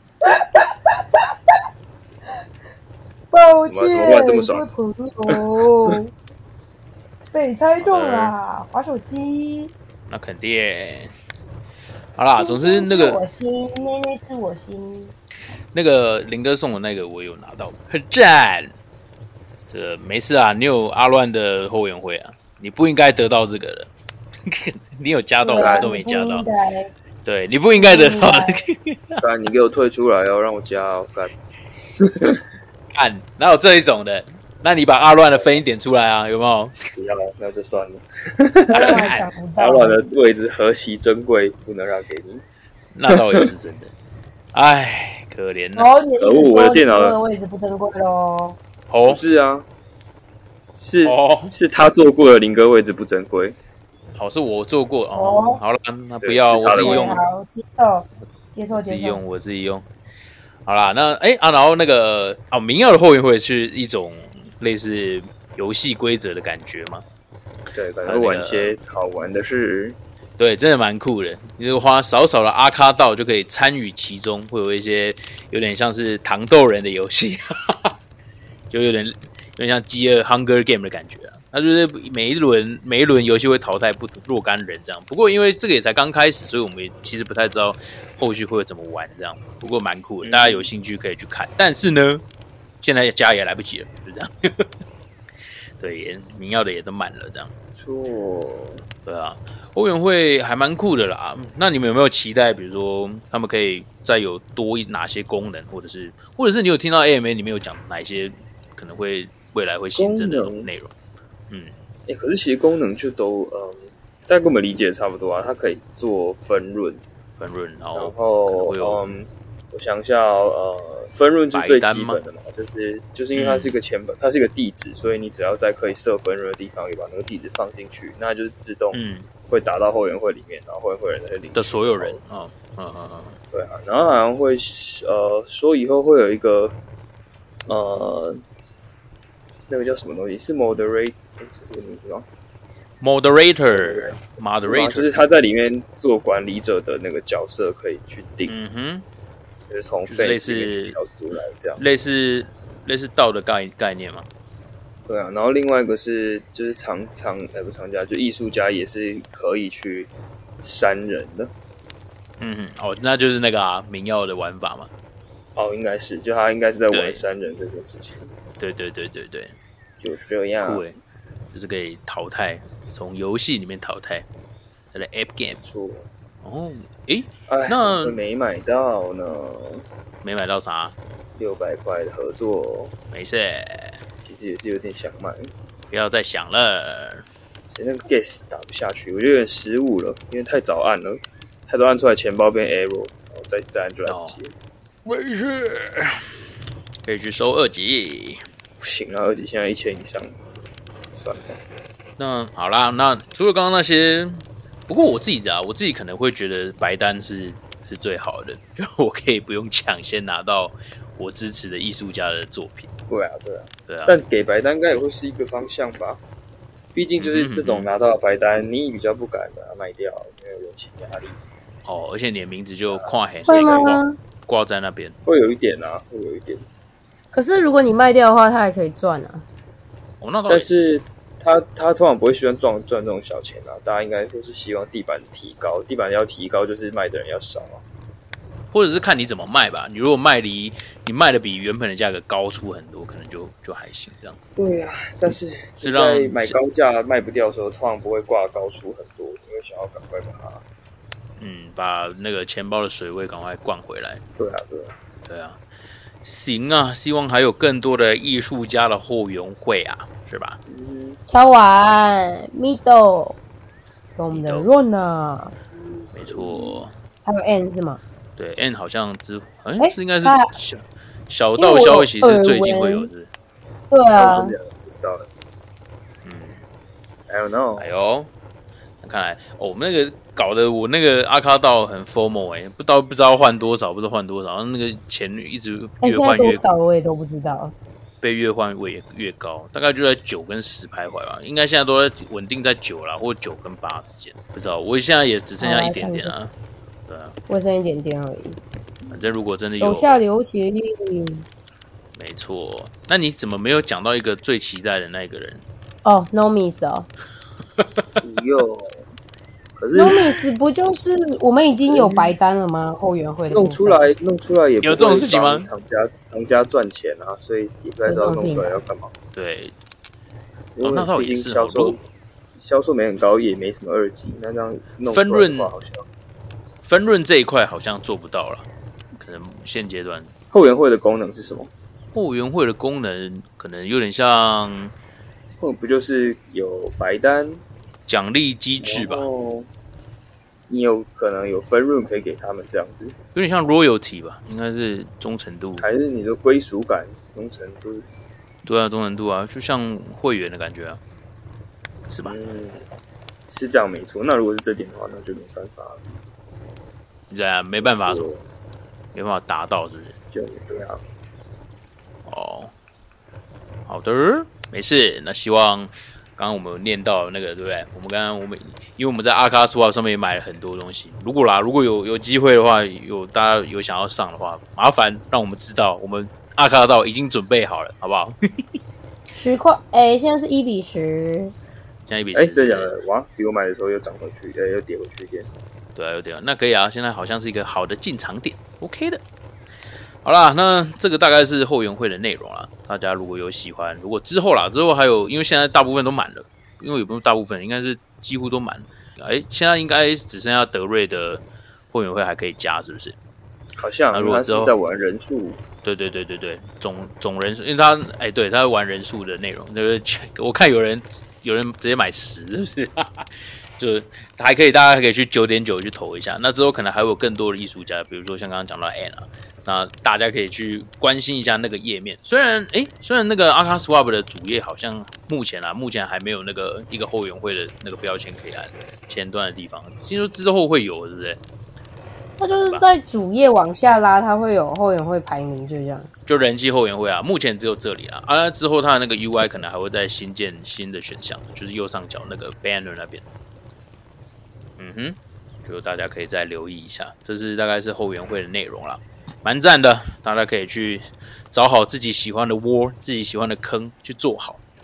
抱歉，各位朋友，被猜中啦！滑手机， 那肯定。好啦，总之那个我心，内内是我心。 那个林哥送的那个我有拿到，很赞。这没事啊，你有阿乱的后援会啊，你不应该得到这个的。你有加到，我都没加到。对，你不应该得到的。 干，你给我退出来哦，让我加哦，干。 干，哪有这一种的？那你把阿乱的分一点出来啊，有没有？ 不要，那就算了。 阿乱的位置何其珍贵，不能让给你。 那倒也是真的。哎，可怜了。 哦，你的意思说你这个位置不珍贵喽？ 哦，不是啊，是、哦、是他做过的林哥位置不珍贵。 好，是我做过哦。好了，那不要我自己用。 好，接受，接受， 接受。自己用，我自己用。好啦，那哎、欸、啊，然后那个啊，民耀的后援会是一种类似游戏规则的感觉吗？ 对，可能会玩一些好玩的事。 对，真的蛮酷的。你就花少少的阿卡道就可以参与其中，会有一些有点像是糖豆人的游戏，就有点有点像饥饿 Hunger Game 的感觉啊。它就是每一轮每一轮游戏会淘汰不若干人这样。不过因为这个也才刚开始，所以我们也其实不太知道后续会怎么玩这样。不过蛮酷的，大家有兴趣可以去看。但是呢，现在加也来不及了，就这样。对，民耀的也都满了这样。 错， 对啊，后援会还蛮酷的啦。那你们有没有期待，比如说他们可以再有多哪些功能，或者是或者是你有听到 A M A 里面有讲哪一些可能会未来会新增的内容？嗯， 哎、欸，可是其实功能就都嗯，大概跟我们理解的差不多啊。它可以做分润， 分润，然后然后嗯，我想一下，呃，分润是最基本的嘛，就是就是因为它是一个钱本，嗯、它是一个地址，所以你只要在可以设分润的地方，有把那个地址放进去，那就是自动会打到后援会里面，然后后援会人的领的所有人啊，嗯嗯嗯， 对啊，然后好像会呃说以后会有一个呃那个叫什么东西，是 moderate。是这个名字吗 ？Moderator， moderator， 就是他在里面做管理者的那个角色可以去定， 嗯哼， 就是从 face 里面去调出来这样， 类似类似道的概概念吗？ 对啊，然后另外一个是就是藏藏呃不藏家，就艺术家也是可以去删人的。 嗯哼，哦，那就是那个啊，民耀的玩法嘛。 哦，应该是，就他应该是在玩删人这件事情。 对对对对对， 就是这样。 酷诶，就是可以淘汰，从游戏里面淘汰，它的 App Game。 错。 哦，诶， 哎， 那没买到呢。 没买到啥？ 六百块的合作， 没事， 其实也是有点想买。 不要再想了。 谁那个 guess 打不下去，我觉得有点失误了，因为太早按了，太早按出来钱包变 error，然后再再按就来不及了。 没事，可以去收二级。 不行啊，二级现在一千以上，算了。 那好啦，那除了刚刚那些，不过我自己啊，我自己可能会觉得白单是是最好的，就我可以不用抢，先拿到我支持的艺术家的作品。 对啊，对啊， 对啊。 但给白单应该也会是一个方向吧？毕竟就是这种拿到的白单，嗯、你比较不敢把它卖掉，因为有人情压力。 哦，而且你的名字就跨黑， 会吗？ 挂在那边， 会有一点啊，会有一点。 可是如果你卖掉的话，它还可以赚啊。 哦，那但是他他通常不会喜欢赚赚这种小钱啊，大家应该都是希望地板提高，地板要提高，就是卖的人要少啊。 或者是看你怎么卖吧。你如果卖离你卖的比原本的价格高出很多，可能就就还行这样。 对啊，但是是让在买高价卖不掉的时候，通常不会挂高出很多，因为想要赶快把它， 嗯，把那个钱包的水位赶快灌回来。 对啊，对啊， 对啊，行啊，希望还有更多的艺术家的后援会啊，是吧？ 嗯， 敲完 middle， 跟我们的 run 啊， 没错。 还有 n 是吗？ 对 ，N 好像之，哎、欸， 欸、 是应该是小小道消息是最近会有的。 对啊， 不知道了。嗯 ，I don't know。 哎呦，看来、哦、我们那个搞得我那个阿卡道很 formal 哎、欸，不知道不知道换多少，不知道换多少，那个钱一直越换越多少我也都不知道， 被越换越越高，大概就在九跟十徘徊吧，应该现在都在稳定在九啦，或九跟八之间，不知道，我现在也只剩下一点点啊。对啊， 我剩一点点而已。 反正如果真的有手下留情， 没错。那你怎么没有讲到一个最期待的那个人？ 哦 ，No Miss 哦， 哟，可是 No Miss 不就是我们已经有白单了吗？后援会的弄出来，弄出来也有这种事情吗？ 厂家厂家赚钱啊，所以也不知道弄出来要干嘛。 对， 因为毕竟销售销售没很高，也没什么二级，那这样弄出来的话好像。 分润这一块好像做不到了，可能现阶段后援会的功能是什么？ 后援会的功能可能有点像， 或不就是有白单奖励机制吧？ 你有可能有分润可以给他们这样子， 有点像 royalty 吧？应该是忠诚度， 还是你的归属感、忠诚度？ 对啊，忠诚度啊，就像会员的感觉啊，是吧？ 嗯，是这样没错。那如果是这点的话，那就没办法了。 对啊，没办法说，没办法达到，是不是？ 就对啊。 哦，好的，没事。那希望刚刚我们有念到那个，对不对？我们刚刚我们因为我们在阿卡 Swap 上面也买了很多东西。如果啦，如果有有机会的话，有大家有想要上的话，麻烦让我们知道，我们阿卡道已经准备好了，好不好？ 十块，哎，现在是一比十， 现在一比十。 哎，真的假的？哇，比我买的时候又涨回去，哎，又跌回去一点。 对啊，有点，那可以啊。现在好像是一个好的进场点 ，OK 的。好啦，那这个大概是后援会的内容啦。大家如果有喜欢，如果之后啦，之后还有，因为现在大部分都满了，因为也不是大部分，应该是几乎都满了。哎，现在应该只剩下德瑞的后援会还可以加，是不是？ 好像，如果他是在玩人数。对对对对对，总总人数，因为他哎，对，他会玩人数的内容。就是我看有人有人直接买十，是不是？就还可以，大家还可以去九点九去投一下。那之后可能还会有更多的艺术家，比如说像刚刚讲到 N 啊，那大家可以去关心一下那个页面。虽然哎，虽然那个 Arca Swap 的主页好像目前啊，目前还没有那个一个后援会的那个标签可以按前端的地方，听说之后会有，对不对？ 它就是在主页往下拉，它会有后援会排名，就这样。 就人气后援会啊，目前只有这里啊。啊，之后它的那个 U I 可能还会再新建新的选项，就是右上角那个 banner 那边。嗯哼，就大家可以再留意一下，这是大概是后援会的内容啦，蛮赞的，大家可以去找好自己喜欢的窝，自己喜欢的坑去做好。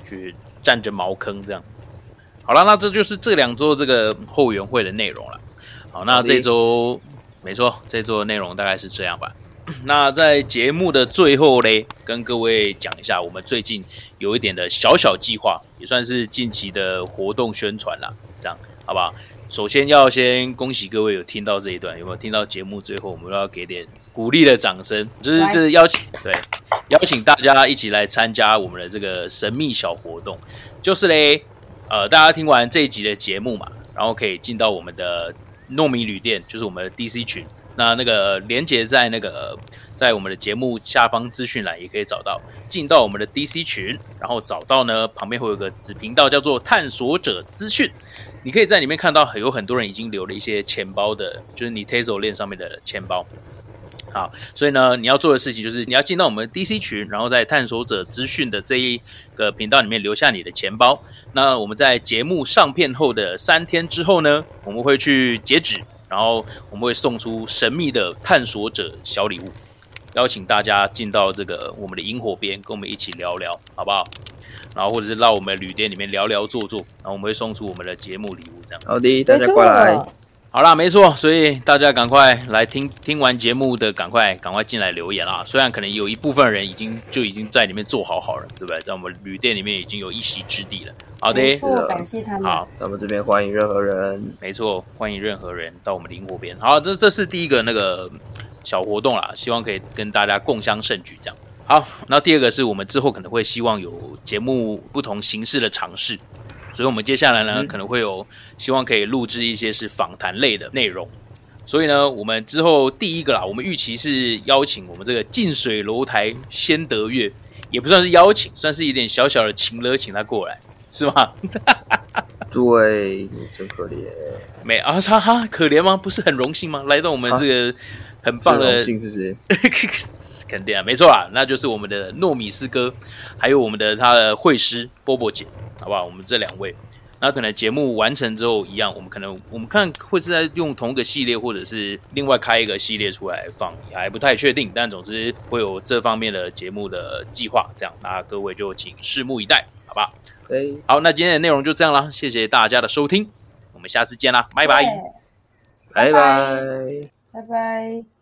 去占着茅坑这样。好了，那这就是这两周这个后援会的内容了。好，那这周没错，这周的内容大概是这样吧。那在节目的最后嘞，跟各位讲一下，我们最近有一点的小小计划，也算是近期的活动宣传啦，这样好不好？首先要先恭喜各位有听到这一段，有没有听到节目最后，我们要给点鼓励的掌声，就是就是邀请对邀请大家一起来参加我们的这个神秘小活动，就是嘞，呃，大家听完这一集的节目嘛，然后可以进到我们的糯米旅店，就是我们的 D C 群。那那个连结在那个在我们的节目下方资讯栏也可以找到，进到我们的 D C 群，然后找到呢旁边会有个子频道叫做探索者资讯，你可以在里面看到有很多人已经留了一些钱包的，就是 Niteso 链上面的钱包。好，所以呢，你要做的事情就是你要进到我们的 D C 群，然后在探索者资讯的这一个频道里面留下你的钱包。那我们在节目上片后的三天之后呢，我们会去截止。然后我们会送出神秘的探索者小礼物，邀请大家进到这个我们的萤火边，跟我们一起聊聊，好不好？然后或者是到我们的旅店里面聊聊坐坐，然后我们会送出我们的节目礼物，这样。 好的，大家过来。 好啦，没错，所以大家赶快来听听完节目的，赶快赶快进来留言啦。虽然可能有一部分人已经就已经在里面做好好了，对不对？在我们旅店里面已经有一席之地了。好的， 没错，感谢他们。 好， 那我们这边欢迎任何人。 没错，欢迎任何人到我们的萤火边。好，这这是第一个那个小活动啦，希望可以跟大家共襄盛举这样。好，那第二个是我们之后可能会希望有节目不同形式的尝试。所以我们接下来呢，嗯、可能会有希望可以录制一些是访谈类的内容。所以呢，我们之后第一个啦，我们预期是邀请我们这个近水楼台先得月，也不算是邀请，算是一点小小的情勒，请他过来，是吗？ 对，真可怜。 没啊，哈哈，可怜吗？不是很荣幸吗？来到我们这个很棒的， 荣幸是不是？ 肯定啊，没错啊，那就是我们的糯米斯哥，还有我们的他的会师波波姐。好不好？我们这两位，那可能节目完成之后一样，我们可能我们看会是在用同一个系列，或者是另外开一个系列出来放，还不太确定。但总之会有这方面的节目的计划，这样，那各位就请拭目以待，好吧？ 对， 好，那今天的内容就这样啦，谢谢大家的收听，我们下次见啦，拜拜， 拜拜， 拜拜。